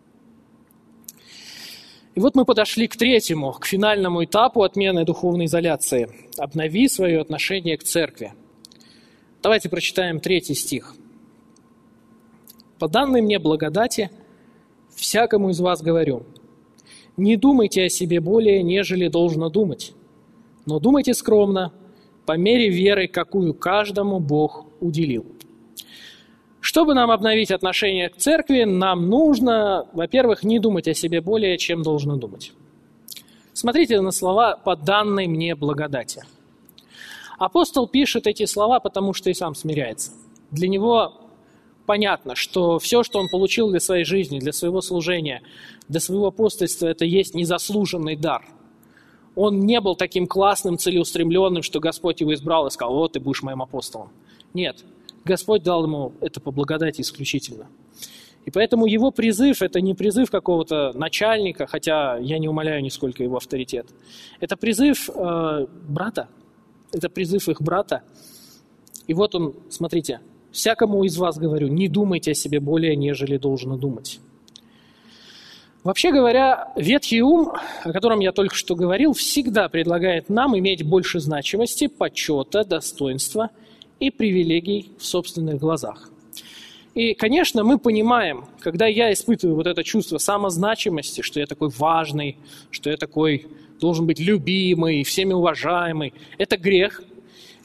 И вот мы подошли к третьему, к финальному этапу отмены духовной изоляции. Обнови свое отношение к церкви. Давайте прочитаем 3 стих. «По данной мне благодати всякому из вас говорю, не думайте о себе более, нежели должно думать, но думайте скромно, по мере веры, какую каждому Бог уделил». Чтобы нам обновить отношение к церкви, нам нужно, во-первых, не думать о себе более, чем должно думать. Смотрите на слова «по данной мне благодати». Апостол пишет эти слова, потому что и сам смиряется. Для него понятно, что все, что он получил для своей жизни, для своего служения, для своего апостольства, это есть незаслуженный дар. Он не был таким классным, целеустремленным, что Господь его избрал и сказал: «Вот ты будешь моим апостолом». Нет. Господь дал ему это по благодати исключительно. И поэтому его призыв – это не призыв какого-то начальника, хотя я не умаляю нисколько его авторитет. Это призыв брата, это призыв их брата. И вот он, смотрите, «Всякому из вас говорю, не думайте о себе более, нежели должно думать». Вообще говоря, ветхий ум, о котором я только что говорил, всегда предлагает нам иметь больше значимости, почета, достоинства и привилегий в собственных глазах. И, конечно, мы понимаем, когда я испытываю вот это чувство самозначимости, что я такой важный, что я такой должен быть любимый, всеми уважаемый, это грех.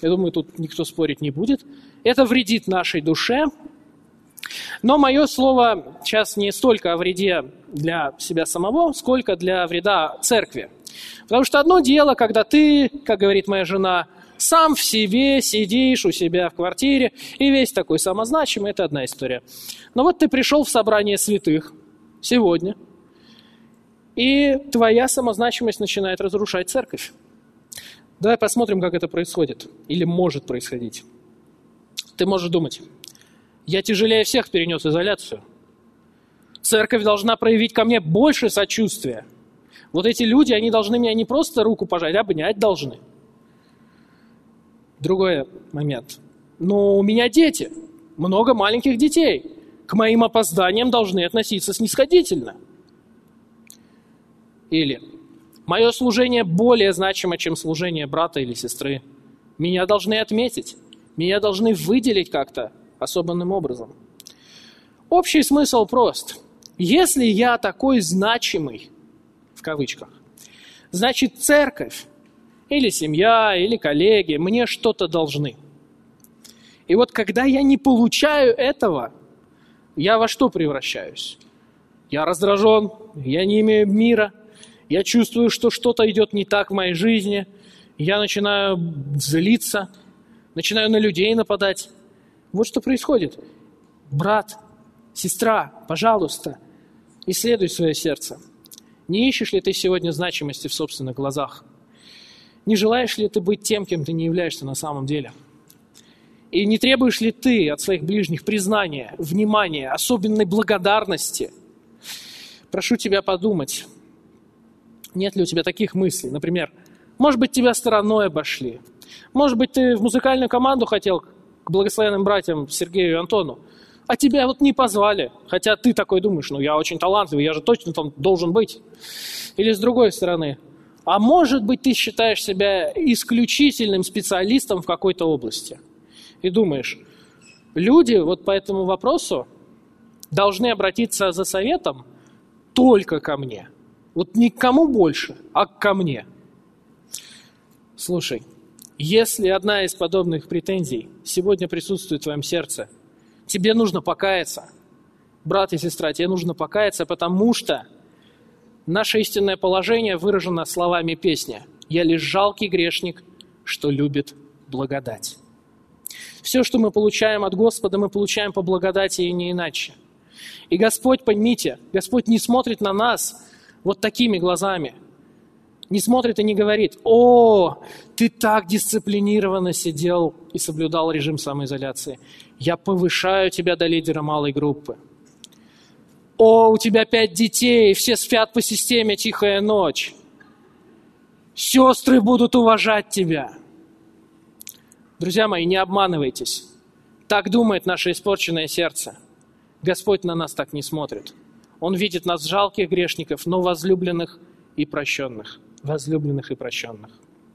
Я думаю, тут никто спорить не будет. Это вредит нашей душе. Но мое слово сейчас не столько о вреде для себя самого, сколько для вреда церкви. Потому что одно дело, когда ты, как говорит моя жена, сам в себе сидишь у себя в квартире и весь такой самозначимый, это одна история. Но вот ты пришел в собрание святых сегодня, и твоя самозначимость начинает разрушать церковь. Давай посмотрим, как это происходит или может происходить. Ты можешь думать: я тяжелее всех перенес изоляцию. Церковь должна проявить ко мне больше сочувствия. Вот эти люди, они должны меня не просто руку пожать, а обнять должны. Другой момент. Но у меня дети, много маленьких детей. К моим опозданиям должны относиться снисходительно. Или мое служение более значимо, чем служение брата или сестры. Меня должны отметить, меня должны выделить как-то особенным образом. Общий смысл прост. Если я такой значимый, в кавычках, значит церковь, или семья, или коллеги мне что-то должны. И вот когда я не получаю этого, я во что превращаюсь? Я раздражен, я не имею мира, я чувствую, что что-то идет не так в моей жизни, я начинаю злиться, начинаю на людей нападать. Вот что происходит. Брат, сестра, пожалуйста, исследуй свое сердце. Не ищешь ли ты сегодня значимости в собственных глазах? Не желаешь ли ты быть тем, кем ты не являешься на самом деле? И не требуешь ли ты от своих ближних признания, внимания, особенной благодарности? Прошу тебя подумать, нет ли у тебя таких мыслей? Например, может быть, тебя стороной обошли. Может быть, ты в музыкальную команду хотел к благословенным братьям Сергею и Антону, а тебя вот не позвали. Хотя ты такой думаешь, я очень талантливый, я же точно там должен быть. Или с другой стороны, а может быть, ты считаешь себя исключительным специалистом в какой-то области. И думаешь, люди вот по этому вопросу должны обратиться за советом только ко мне. Вот не к кому больше, а ко мне. Слушай, если одна из подобных претензий сегодня присутствует в твоем сердце, тебе нужно покаяться. Брат и сестра, тебе нужно покаяться, потому что наше истинное положение выражено словами песни: «Я лишь жалкий грешник, что любит благодать». Все, что мы получаем от Господа, мы получаем по благодати и не иначе. И Господь, поймите, Господь не смотрит на нас вот такими глазами. Не смотрит и не говорит: «О, ты так дисциплинированно сидел и соблюдал режим самоизоляции. Я повышаю тебя до лидера малой группы. О, у тебя 5 детей, все спят по системе «Тихая ночь». Сестры будут уважать тебя». Друзья мои, не обманывайтесь. Так думает наше испорченное сердце. Господь на нас так не смотрит. Он видит нас жалких грешников, но возлюбленных и прощенных. Возлюбленных и прощенных.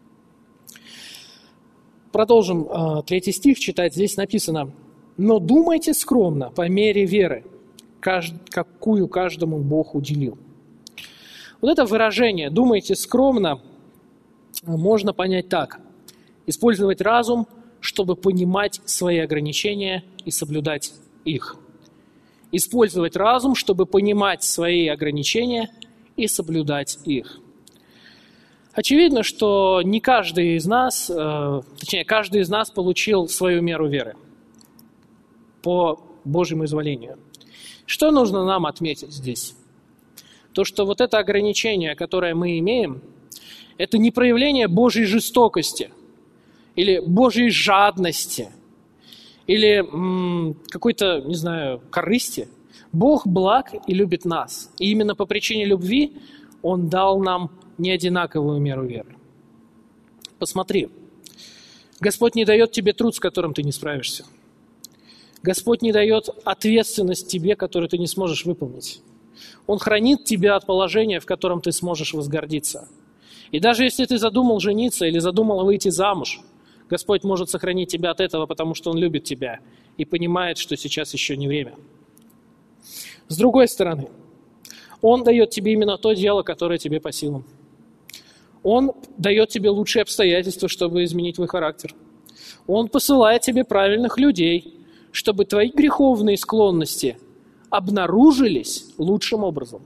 Продолжим 3 стих читать. Здесь написано: «Но думайте скромно, по мере веры, какую каждому Бог уделил». Вот это выражение «думайте скромно» можно понять так: использовать разум, чтобы понимать свои ограничения и соблюдать их. Использовать разум, чтобы понимать свои ограничения и соблюдать их. Очевидно, что не каждый из нас, каждый из нас получил свою меру веры по Божьему изволению. Что нужно нам отметить здесь? То, что вот это ограничение, которое мы имеем, это не проявление Божьей жестокости или Божьей жадности, или какой-то, корысти. Бог благ и любит нас. И именно по причине любви Он дал нам неодинаковую меру веры. Посмотри, Господь не дает тебе труд, с которым ты не справишься. Господь не дает ответственность тебе, которую ты не сможешь выполнить. Он хранит тебя от положения, в котором ты сможешь возгордиться. И даже если ты задумал жениться или задумал выйти замуж, Господь может сохранить тебя от этого, потому что Он любит тебя и понимает, что сейчас еще не время. С другой стороны, Он дает тебе именно то дело, которое тебе по силам. Он дает тебе лучшие обстоятельства, чтобы изменить твой характер. Он посылает тебе правильных людей, чтобы твои греховные склонности обнаружились лучшим образом.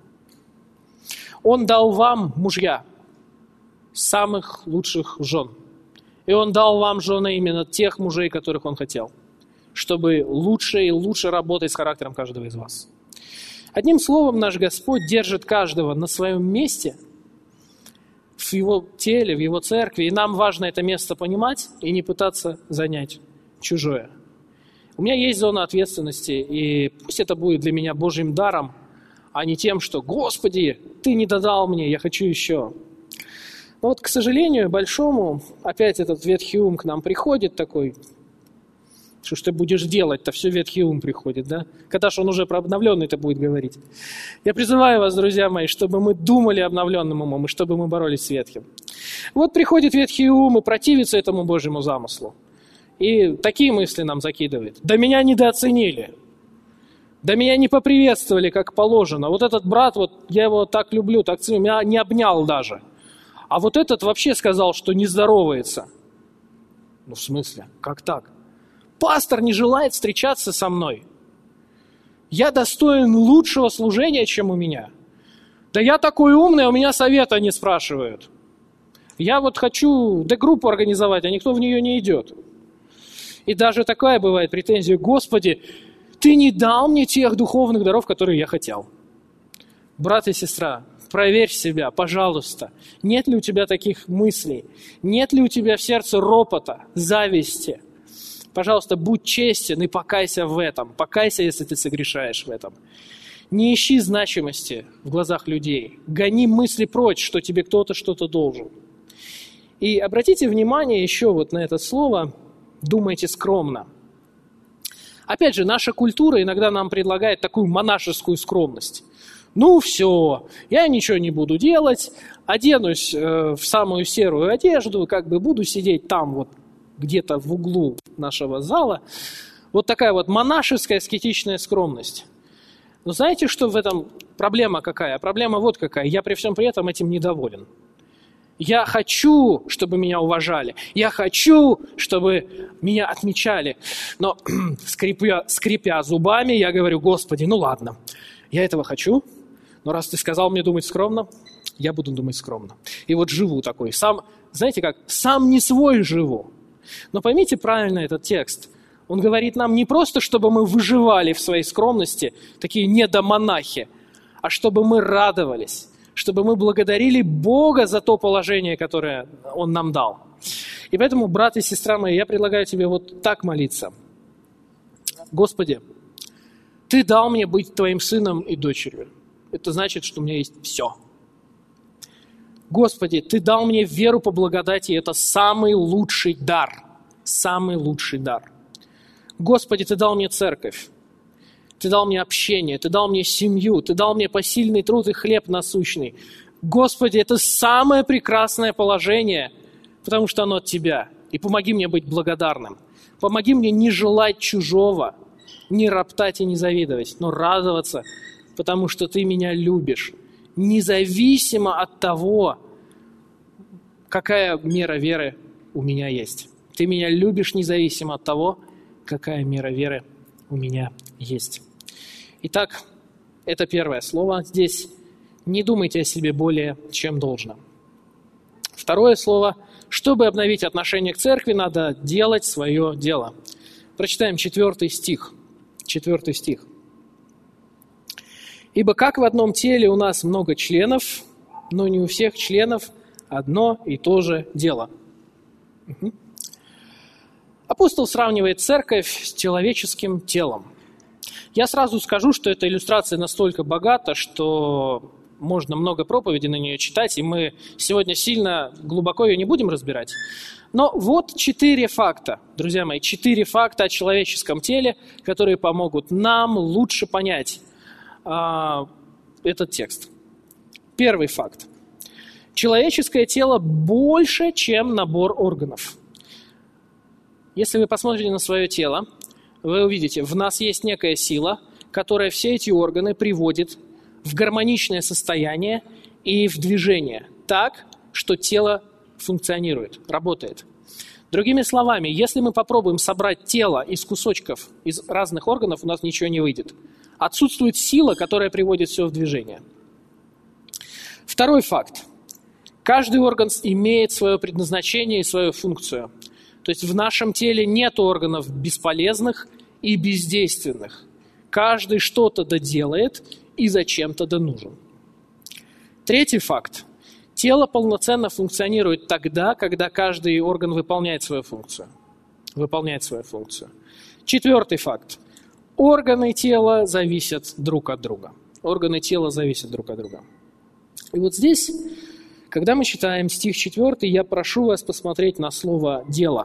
Он дал вам, мужья, самых лучших жен. И Он дал вам, жены, именно тех мужей, которых Он хотел, чтобы лучше и лучше работать с характером каждого из вас. Одним словом, наш Господь держит каждого на своем месте, в Его теле, в Его церкви, и нам важно это место понимать и не пытаться занять чужое. У меня есть зона ответственности, и пусть это будет для меня Божьим даром, а не тем, что «Господи, Ты не додал мне, я хочу еще». Но вот, к сожалению, большому, опять этот ветхий ум к нам приходит такой. Что ж ты будешь делать-то? Все ветхий ум приходит, да? Когда же он уже про обновленный-то будет говорить? Я призываю вас, друзья мои, чтобы мы думали обновленным умом, и чтобы мы боролись с ветхим. Вот приходит ветхий ум и противится этому Божьему замыслу. И такие мысли нам закидывает. Да меня недооценили. Да меня не поприветствовали, как положено. Вот этот брат, вот я его так люблю, так ценю, меня не обнял даже. А вот этот вообще сказал, что не здоровается. Ну, в смысле? Как так? Пастор не желает встречаться со мной. Я достоин лучшего служения, чем у меня. Да я такой умный, а у меня совета не спрашивают. Я вот хочу Д-группу организовать, а никто в нее не идет. И даже такая бывает претензия: Господи, Ты не дал мне тех духовных даров, которые я хотел. Брат и сестра, проверь себя, пожалуйста. Нет ли у тебя таких мыслей? Нет ли у тебя в сердце ропота, зависти? Пожалуйста, будь честен и покайся в этом. Покайся, если ты согрешаешь в этом. Не ищи значимости в глазах людей. Гони мысли прочь, что тебе кто-то что-то должен. И обратите внимание еще вот на это слово «думайте скромно». Опять же, наша культура иногда нам предлагает такую монашескую скромность. Ну все, я ничего не буду делать, оденусь в самую серую одежду, как бы буду сидеть там вот где-то в углу нашего зала. Вот такая вот монашеская аскетичная скромность. Но знаете, что в этом проблема какая? Проблема вот какая. Я при всем при этом этим недоволен. Я хочу, чтобы меня уважали. Я хочу, чтобы меня отмечали. Но скрипя зубами, я говорю: Господи, ну ладно, я этого хочу, но раз Ты сказал мне думать скромно, я буду думать скромно. И вот живу такой. Сам, знаете как, сам не свой живу. Но поймите правильно этот текст. Он говорит нам не просто, чтобы мы выживали в своей скромности, такие недомонахи, а чтобы мы радовались, чтобы мы благодарили Бога за то положение, которое Он нам дал. И поэтому, брат и сестра мои, я предлагаю тебе вот так молиться. Господи, Ты дал мне быть Твоим сыном и дочерью. Это значит, что у меня есть все. Господи, Ты дал мне веру по благодати, и это самый лучший дар. Самый лучший дар. Господи, Ты дал мне церковь. Ты дал мне общение, Ты дал мне семью, Ты дал мне посильный труд и хлеб насущный. Господи, это самое прекрасное положение, потому что оно от Тебя. И помоги мне быть благодарным. Помоги мне не желать чужого, не роптать и не завидовать, но радоваться, потому что Ты меня любишь. Независимо от того, какая мера веры у меня есть. Ты меня любишь независимо от того, какая мера веры у меня есть. Итак, это первое слово здесь. Не думайте о себе более, чем должно. Второе слово. Чтобы обновить отношение к церкви, надо делать свое дело. Прочитаем 4 стих. 4 стих. «Ибо как в одном теле у нас много членов, но не у всех членов одно и то же дело». Угу. Апостол сравнивает церковь с человеческим телом. Я сразу скажу, что эта иллюстрация настолько богата, что можно много проповедей на нее читать, и мы сегодня сильно глубоко ее не будем разбирать. Но вот 4 факта, друзья мои, 4 факта о человеческом теле, которые помогут нам лучше понять этот текст. Первый факт. Человеческое тело больше, чем набор органов. Если вы посмотрите на свое тело, вы увидите, в нас есть некая сила, которая все эти органы приводит в гармоничное состояние и в движение так, что тело функционирует, работает. Другими словами, если мы попробуем собрать тело из кусочков, из разных органов, у нас ничего не выйдет. Отсутствует сила, которая приводит все в движение. Второй факт. Каждый орган имеет свое предназначение и свою функцию. То есть в нашем теле нет органов бесполезных и бездейственных. Каждый что-то доделает и зачем-то нужен. Третий факт. Тело полноценно функционирует тогда, когда каждый орган выполняет свою функцию. Четвертый факт. Органы тела зависят друг от друга. И вот здесь, когда мы читаем стих 4, я прошу вас посмотреть на слово «дело».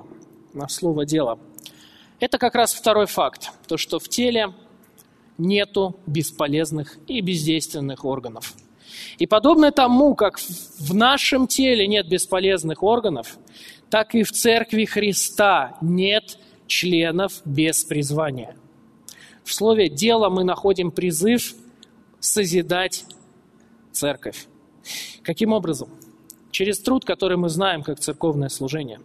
Это как раз второй факт. То, что в теле нету бесполезных и бездейственных органов. И подобно тому, как в нашем теле нет бесполезных органов, так и в Церкви Христа нет членов без призвания. В слове «дело» мы находим призыв созидать церковь. Каким образом? Через труд, который мы знаем как церковное служение.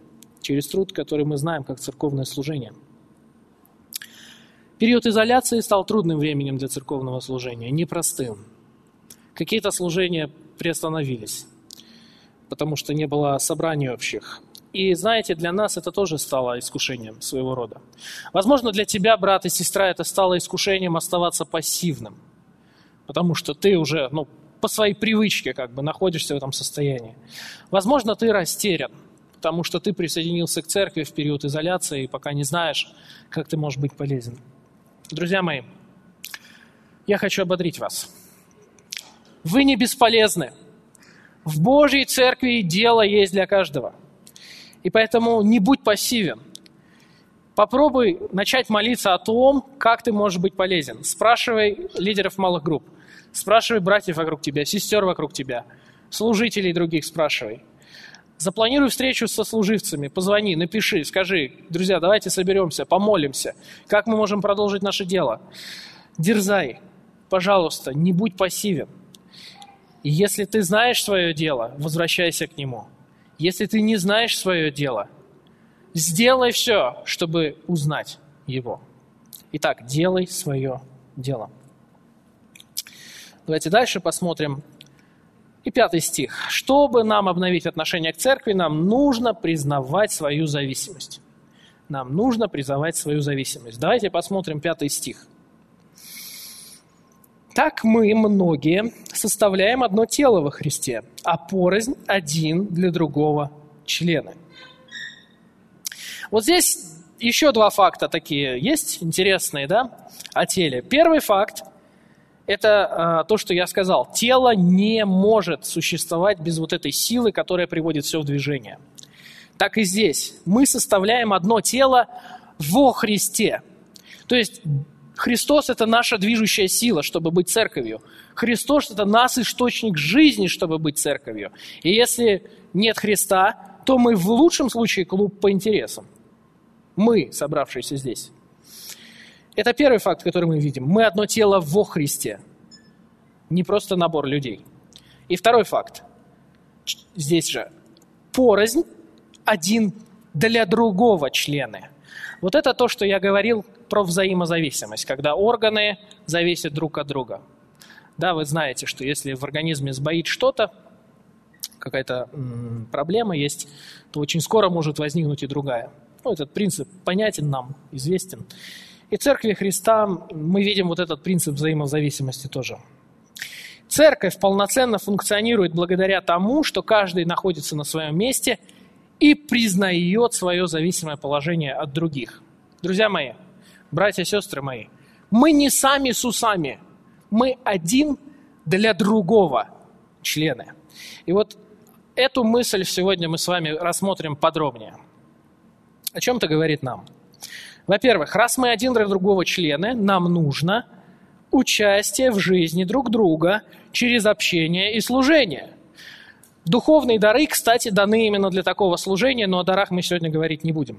Период изоляции стал трудным временем для церковного служения, непростым. Какие-то служения приостановились, потому что не было собраний общих. И знаете, для нас это тоже стало искушением своего рода. Возможно, для тебя, брат и сестра, это стало искушением оставаться пассивным, потому что ты уже, по своей привычке находишься в этом состоянии. Возможно, ты растерян, потому что ты присоединился к церкви в период изоляции и пока не знаешь, как ты можешь быть полезен. Друзья мои, я хочу ободрить вас. Вы не бесполезны. В Божьей церкви дело есть для каждого. И поэтому не будь пассивен. Попробуй начать молиться о том, как ты можешь быть полезен. Спрашивай лидеров малых групп. Спрашивай братьев вокруг тебя, сестер вокруг тебя, служителей других спрашивай. Запланируй встречу со служивцами, позвони, напиши, скажи: друзья, давайте соберемся, помолимся. Как мы можем продолжить наше дело? Дерзай, пожалуйста, не будь пассивен. И если ты знаешь свое дело, возвращайся к нему. Если ты не знаешь свое дело, сделай все, чтобы узнать его. Итак, делай свое дело. Давайте дальше посмотрим. И 5 стих. Чтобы нам обновить отношение к церкви, нам нужно признавать свою зависимость. Давайте посмотрим 5 стих. Так мы, многие, составляем одно тело во Христе, а порознь один для другого члены. Вот здесь еще 2 факта такие есть, интересные, о теле. Первый факт – это то, что я сказал. Тело не может существовать без вот этой силы, которая приводит все в движение. Так и здесь. Мы составляем одно тело во Христе. То есть Христос – это наша движущая сила, чтобы быть церковью. Христос – это наш источник жизни, чтобы быть церковью. И если нет Христа, то мы в лучшем случае клуб по интересам. Мы, собравшиеся здесь. Это первый факт, который мы видим. Мы одно тело во Христе. Не просто набор людей. И второй факт. Здесь же. Порознь один для другого члены. Вот это то, что я говорил про взаимозависимость, когда органы зависят друг от друга. Да, вы знаете, что если в организме сбоит что-то, какая-то проблема есть, то очень скоро может возникнуть и другая. Этот принцип понятен нам, известен. И в Церкви Христа мы видим вот этот принцип взаимозависимости тоже. Церковь полноценно функционирует благодаря тому, что каждый находится на своем месте и признает свое зависимое положение от других. Друзья мои, братья и сестры мои, мы не сами с усами, мы один для другого члены. И вот эту мысль сегодня мы с вами рассмотрим подробнее. О чем это говорит нам? Во-первых, раз мы один для другого члены, нам нужно участие в жизни друг друга через общение и служение. Духовные дары, кстати, даны именно для такого служения, но о дарах мы сегодня говорить не будем.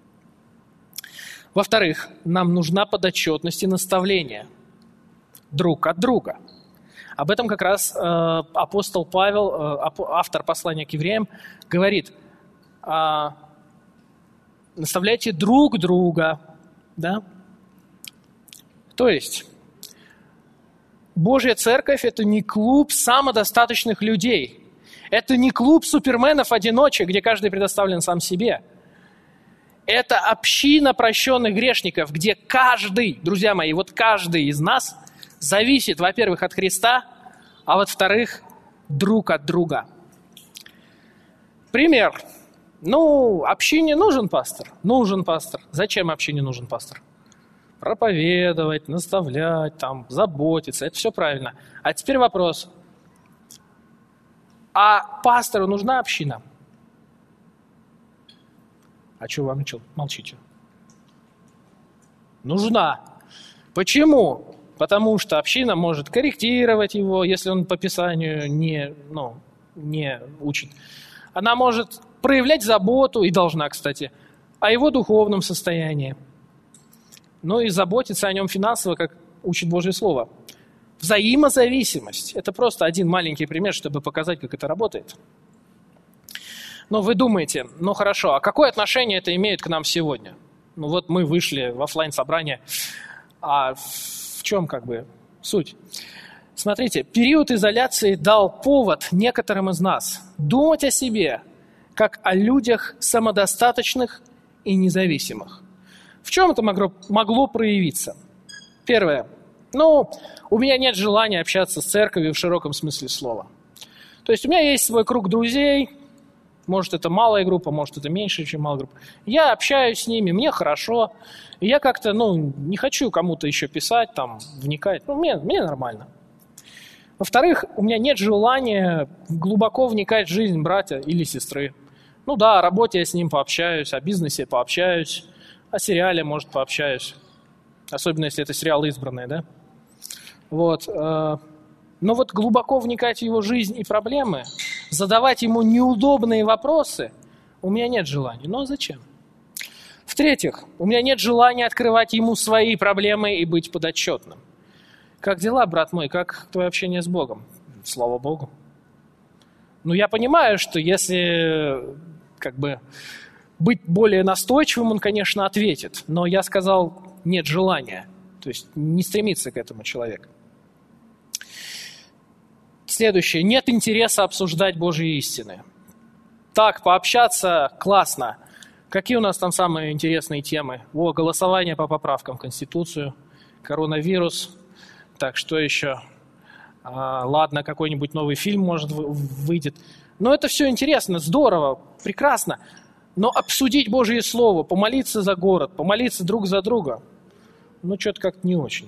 Во-вторых, нам нужна подотчетность и наставление друг от друга. Об этом как раз апостол Павел, автор послания к евреям, говорит: наставляйте друг друга. Да? То есть, Божья Церковь – это не клуб самодостаточных людей. Это не клуб суперменов-одиночек, где каждый предоставлен сам себе. Это община прощенных грешников, где каждый, друзья мои, вот каждый из нас зависит, во-первых, от Христа, а во-вторых, друг от друга. Пример. Общине нужен пастор? Нужен пастор. Зачем общине нужен пастор? Проповедовать, наставлять, заботиться. Это все правильно. А теперь вопрос. А пастору нужна община? А что вы молчите? Нужна. Почему? Потому что община может корректировать его, если он по Писанию не учит. Она может проявлять заботу, и должна, кстати, о его духовном состоянии. И заботиться о нем финансово, как учит Божье Слово. Взаимозависимость. Это просто один маленький пример, чтобы показать, как это работает. Но вы думаете, хорошо, а какое отношение это имеет к нам сегодня? Мы вышли в офлайн-собрание, а в чем суть? Смотрите, период изоляции дал повод некоторым из нас думать о себе, как о людях самодостаточных и независимых. В чем это могло проявиться? Первое. У меня нет желания общаться с церковью в широком смысле слова. То есть у меня есть свой круг друзей, может это малая группа, может это меньше, чем малая группа. Я общаюсь с ними, мне хорошо, и я как-то не хочу кому-то еще писать, вникать. Мне нормально. Во-вторых, у меня нет желания глубоко вникать в жизнь брата или сестры. О работе я с ним пообщаюсь, о бизнесе пообщаюсь, о сериале, может, пообщаюсь. Особенно, если это сериал «Избранные», да? Но глубоко вникать в его жизнь и проблемы, задавать ему неудобные вопросы, у меня нет желания. Зачем? В-третьих, у меня нет желания открывать ему свои проблемы и быть подотчетным. Как дела, брат мой? Как твое общение с Богом? Слава Богу. Я понимаю, что если быть более настойчивым, он, конечно, ответит. Но я сказал, нет желания. То есть не стремится к этому человек. Следующее. Нет интереса обсуждать Божьи истины. Так, пообщаться классно. Какие у нас там самые интересные темы? Голосование по поправкам в Конституцию, коронавирус. Так, что еще? Ладно, какой-нибудь новый фильм, может, выйдет. Это все интересно, здорово, прекрасно. Но обсудить Божье Слово, помолиться за город, помолиться друг за друга, что-то как-то не очень.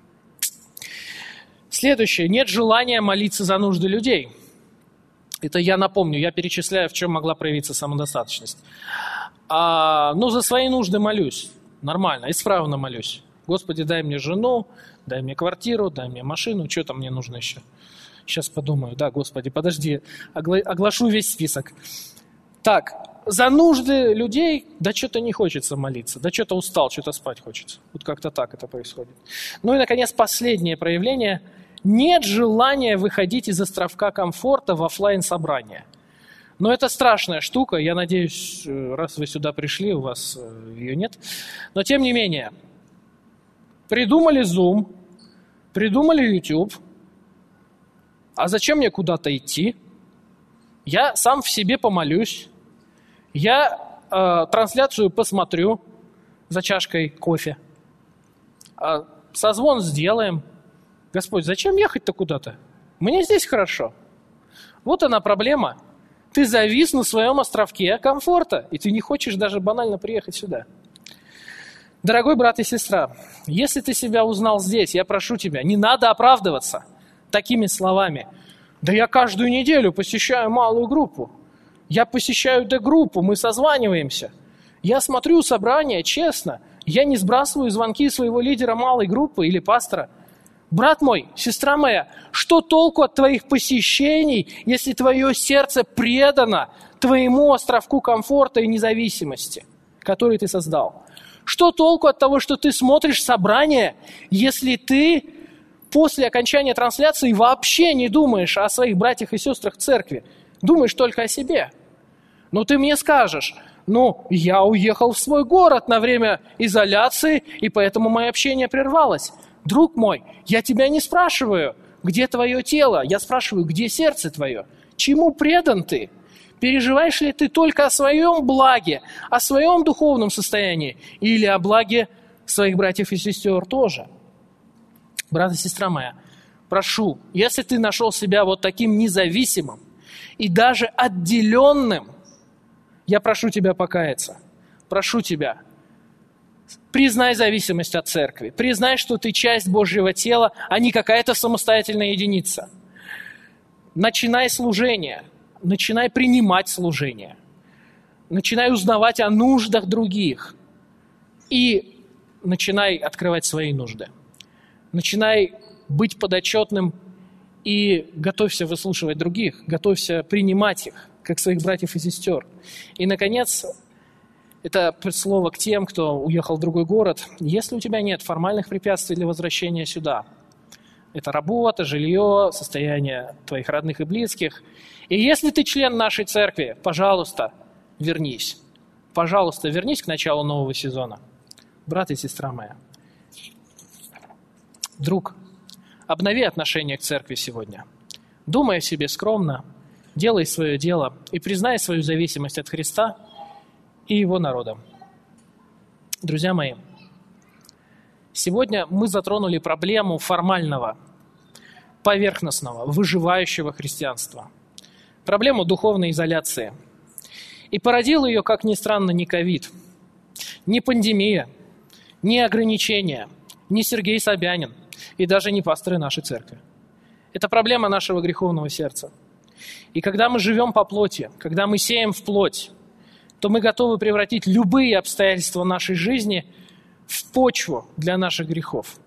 Следующее. Нет желания молиться за нужды людей. Это я напомню, я перечисляю, в чем могла проявиться самодостаточность. За свои нужды молюсь. Нормально, исправно молюсь. Господи, дай мне жену, дай мне квартиру, дай мне машину. Что там мне нужно еще? Сейчас подумаю. Да, Господи, подожди, оглашу весь список. Так, за нужды людей, что-то не хочется молиться, что-то устал, что-то спать хочется. Как-то так это происходит. И, наконец, последнее проявление. Нет желания выходить из островка комфорта в офлайн-собрание. Это страшная штука. Я надеюсь, раз вы сюда пришли, у вас ее нет. Но, тем не менее, придумали Zoom, придумали YouTube. А зачем мне куда-то идти? Я сам в себе помолюсь. Я трансляцию посмотрю за чашкой кофе. Созвон сделаем. Господь, зачем ехать-то куда-то? Мне здесь хорошо. Вот она проблема. Ты завис на своем островке комфорта, и ты не хочешь даже банально приехать сюда. Дорогой брат и сестра, если ты себя узнал здесь, я прошу тебя, не надо оправдываться такими словами. Да я каждую неделю посещаю малую группу. Я посещаю D-группу, мы созваниваемся. Я смотрю собрания, честно. Я не сбрасываю звонки своего лидера малой группы или пастора. Брат мой, сестра моя, что толку от твоих посещений, если твое сердце предано твоему островку комфорта и независимости, который ты создал? Что толку от того, что ты смотришь собрание, если ты после окончания трансляции вообще не думаешь о своих братьях и сестрах в церкви, думаешь только о себе? Ты мне скажешь, Я уехал в свой город на время изоляции, и поэтому мое общение прервалось. Друг мой, я тебя не спрашиваю, где твое тело, я спрашиваю, где сердце твое? Чему предан ты? Переживаешь ли ты только о своем благе, о своем духовном состоянии, или о благе своих братьев и сестер тоже? Брат и сестра моя, прошу, если ты нашел себя вот таким независимым и даже отделенным, я прошу тебя покаяться. Прошу тебя, признай зависимость от церкви. Признай, что ты часть Божьего тела, а не какая-то самостоятельная единица. Начинай служение. Начинай принимать служение. Начинай узнавать о нуждах других. И начинай открывать свои нужды. Начинай быть подотчетным и готовься выслушивать других. Готовься принимать их, как своих братьев и сестер. И, наконец, это слово к тем, кто уехал в другой город. Если у тебя нет формальных препятствий для возвращения сюда, это работа, жилье, состояние твоих родных и близких. И если ты член нашей церкви, пожалуйста, вернись. Пожалуйста, вернись к началу нового сезона. Брат и сестра моя. Друг, обнови отношение к церкви сегодня. Думай о себе скромно, делай свое дело и признай свою зависимость от Христа и Его народа. Друзья мои, сегодня мы затронули проблему формального, поверхностного, выживающего христианства. Проблему духовной изоляции. И породил ее, как ни странно, не ковид, не пандемия, не ограничения, не Сергей Собянин и даже не пасторы нашей церкви. Это проблема нашего греховного сердца. И когда мы живем по плоти, когда мы сеем в плоть, то мы готовы превратить любые обстоятельства нашей жизни в почву для наших грехов.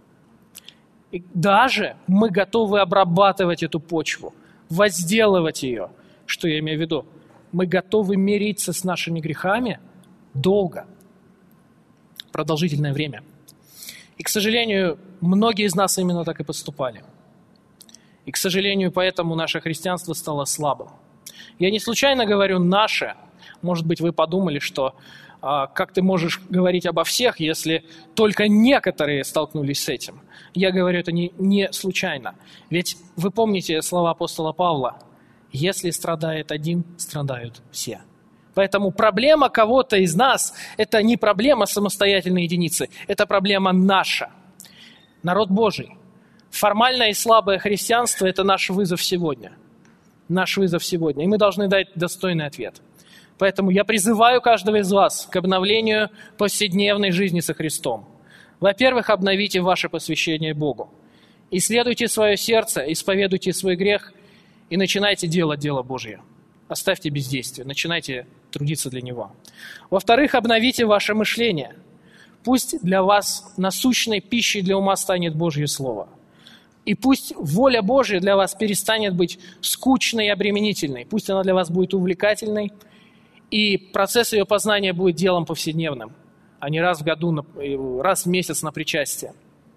И даже мы готовы обрабатывать эту почву, возделывать ее. Что я имею в виду? Мы готовы мириться с нашими грехами долго, продолжительное время. И, к сожалению, многие из нас именно так и поступали. И, к сожалению, поэтому наше христианство стало слабым. Я не случайно говорю «наше». Может быть, вы подумали, что как ты можешь говорить обо всех, если только некоторые столкнулись с этим. Я говорю это не случайно. Ведь вы помните слова апостола Павла: «Если страдает один, страдают все». Поэтому проблема кого-то из нас – это не проблема самостоятельной единицы, это проблема наша. Народ Божий. Формальное и слабое христианство – это наш вызов сегодня. Наш вызов сегодня. И мы должны дать достойный ответ. Поэтому я призываю каждого из вас к обновлению повседневной жизни со Христом. Во-первых, обновите ваше посвящение Богу. Исследуйте свое сердце, исповедуйте свой грех и начинайте делать дело Божье. Оставьте бездействие, начинайте трудиться для Него. Во-вторых, обновите ваше мышление. Пусть для вас насущной пищей для ума станет Божье Слово. И пусть воля Божья для вас перестанет быть скучной и обременительной. Пусть она для вас будет увлекательной, и процесс ее познания будет делом повседневным, а не раз в году, раз в месяц на причастие.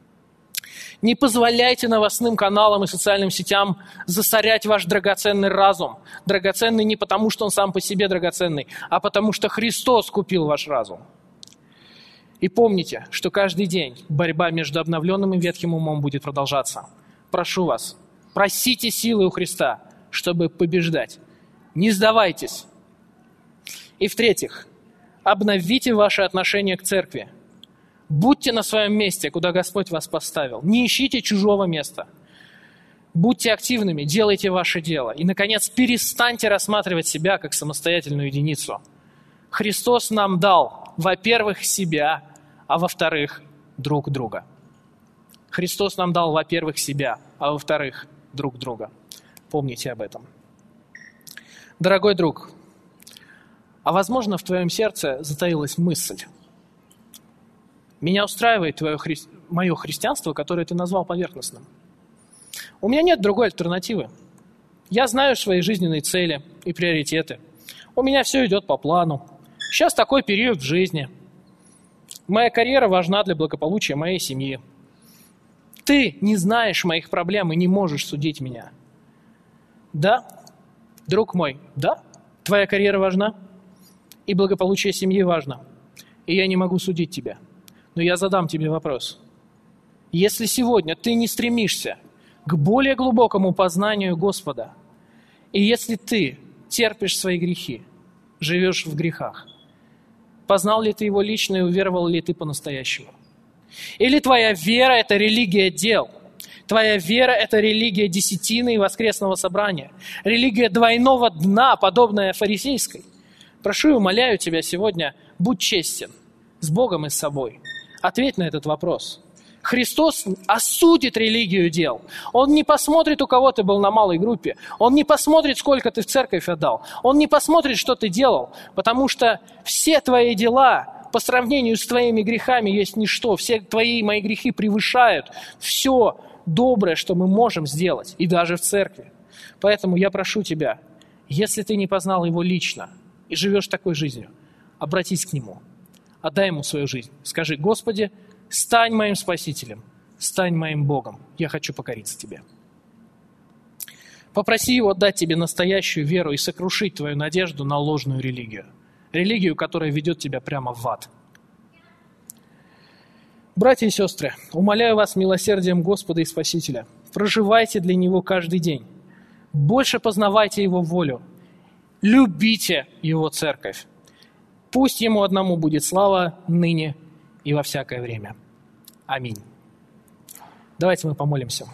Не позволяйте новостным каналам и социальным сетям засорять ваш драгоценный разум. Драгоценный не потому, что он сам по себе драгоценный, а потому, что Христос купил ваш разум. И помните, что каждый день борьба между обновленным и ветхим умом будет продолжаться. Прошу вас, просите силы у Христа, чтобы побеждать. Не сдавайтесь. И в-третьих, обновите ваше отношение к церкви. Будьте на своем месте, куда Господь вас поставил. Не ищите чужого места. Будьте активными, делайте ваше дело. И, наконец, перестаньте рассматривать себя как самостоятельную единицу. Христос нам дал, во-первых, себя, а во-вторых, друг друга. Христос нам дал, во-первых, себя, а во-вторых, друг друга. Помните об этом. Дорогой друг, а возможно, в твоем сердце затаилась мысль: меня устраивает мое христианство, которое ты назвал поверхностным. У меня нет другой альтернативы. Я знаю свои жизненные цели и приоритеты. У меня все идет по плану. Сейчас такой период в жизни. Моя карьера важна для благополучия моей семьи. Ты не знаешь моих проблем и не можешь судить меня. Да, друг мой, да, твоя карьера важна. и благополучие семьи важно. И я не могу судить тебя. Но я задам тебе вопрос. Если сегодня ты не стремишься к более глубокому познанию Господа, и если ты терпишь свои грехи, живешь в грехах, познал ли ты Его лично и уверовал ли ты по-настоящему? Или твоя вера – это религия дел? Твоя вера – это религия десятины и воскресного собрания. Религия двойного дна, подобная фарисейской. Прошу и умоляю тебя сегодня, будь честен с Богом и с собой. Ответь на этот вопрос. Христос осудит религию дел. Он не посмотрит, у кого ты был на малой группе. Он не посмотрит, сколько ты в церковь отдал. Он не посмотрит, что ты делал. Потому что все твои дела по сравнению с твоими грехами есть ничто. Все твои и мои грехи превышают все доброе, что мы можем сделать. И даже в церкви. Поэтому я прошу тебя, если ты не познал Его лично и живешь такой жизнью, обратись к Нему. Отдай Ему свою жизнь. Скажи: Господи, стань моим Спасителем, стань моим Богом. Я хочу покориться Тебе. Попроси Его дать тебе настоящую веру и сокрушить твою надежду на ложную религию. Религию, которая ведет тебя прямо в ад. Братья и сестры, умоляю вас милосердием Господа и Спасителя. Проживайте для Него каждый день. Больше познавайте Его волю. Любите Его церковь. Пусть Ему одному будет слава ныне и во всякое время. Аминь. Давайте мы помолимся.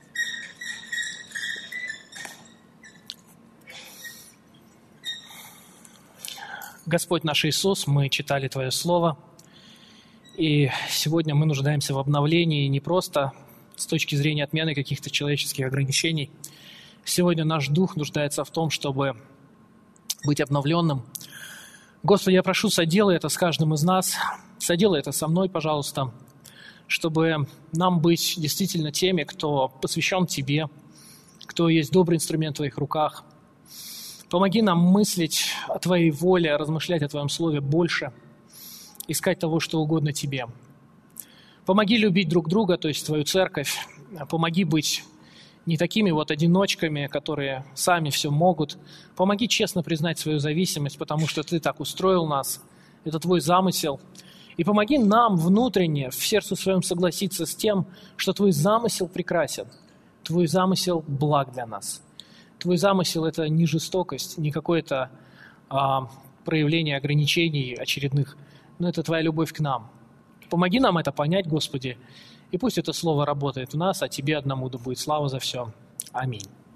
Господь наш Иисус, мы читали Твое Слово, и сегодня мы нуждаемся в обновлении не просто с точки зрения отмены каких-то человеческих ограничений. Сегодня наш дух нуждается в том, чтобы быть обновленным. Господи, я прошу, соделай это с каждым из нас, соделай это со мной, пожалуйста, чтобы нам быть действительно теми, кто посвящен Тебе, кто есть добрый инструмент в Твоих руках. Помоги нам мыслить о Твоей воле, размышлять о Твоем Слове больше, искать того, что угодно Тебе. Помоги любить друг друга, то есть Твою церковь. Помоги быть не такими вот одиночками, которые сами все могут. Помоги честно признать свою зависимость, потому что Ты так устроил нас. Это Твой замысел. И помоги нам внутренне, в сердце своем согласиться с тем, что Твой замысел прекрасен. Твой замысел благ для нас. Твой замысел – это не жестокость, не какое-то проявление ограничений очередных, но это Твоя любовь к нам. Помоги нам это понять, Господи, и пусть это Слово работает в нас, а Тебе одному да будет слава за все. Аминь.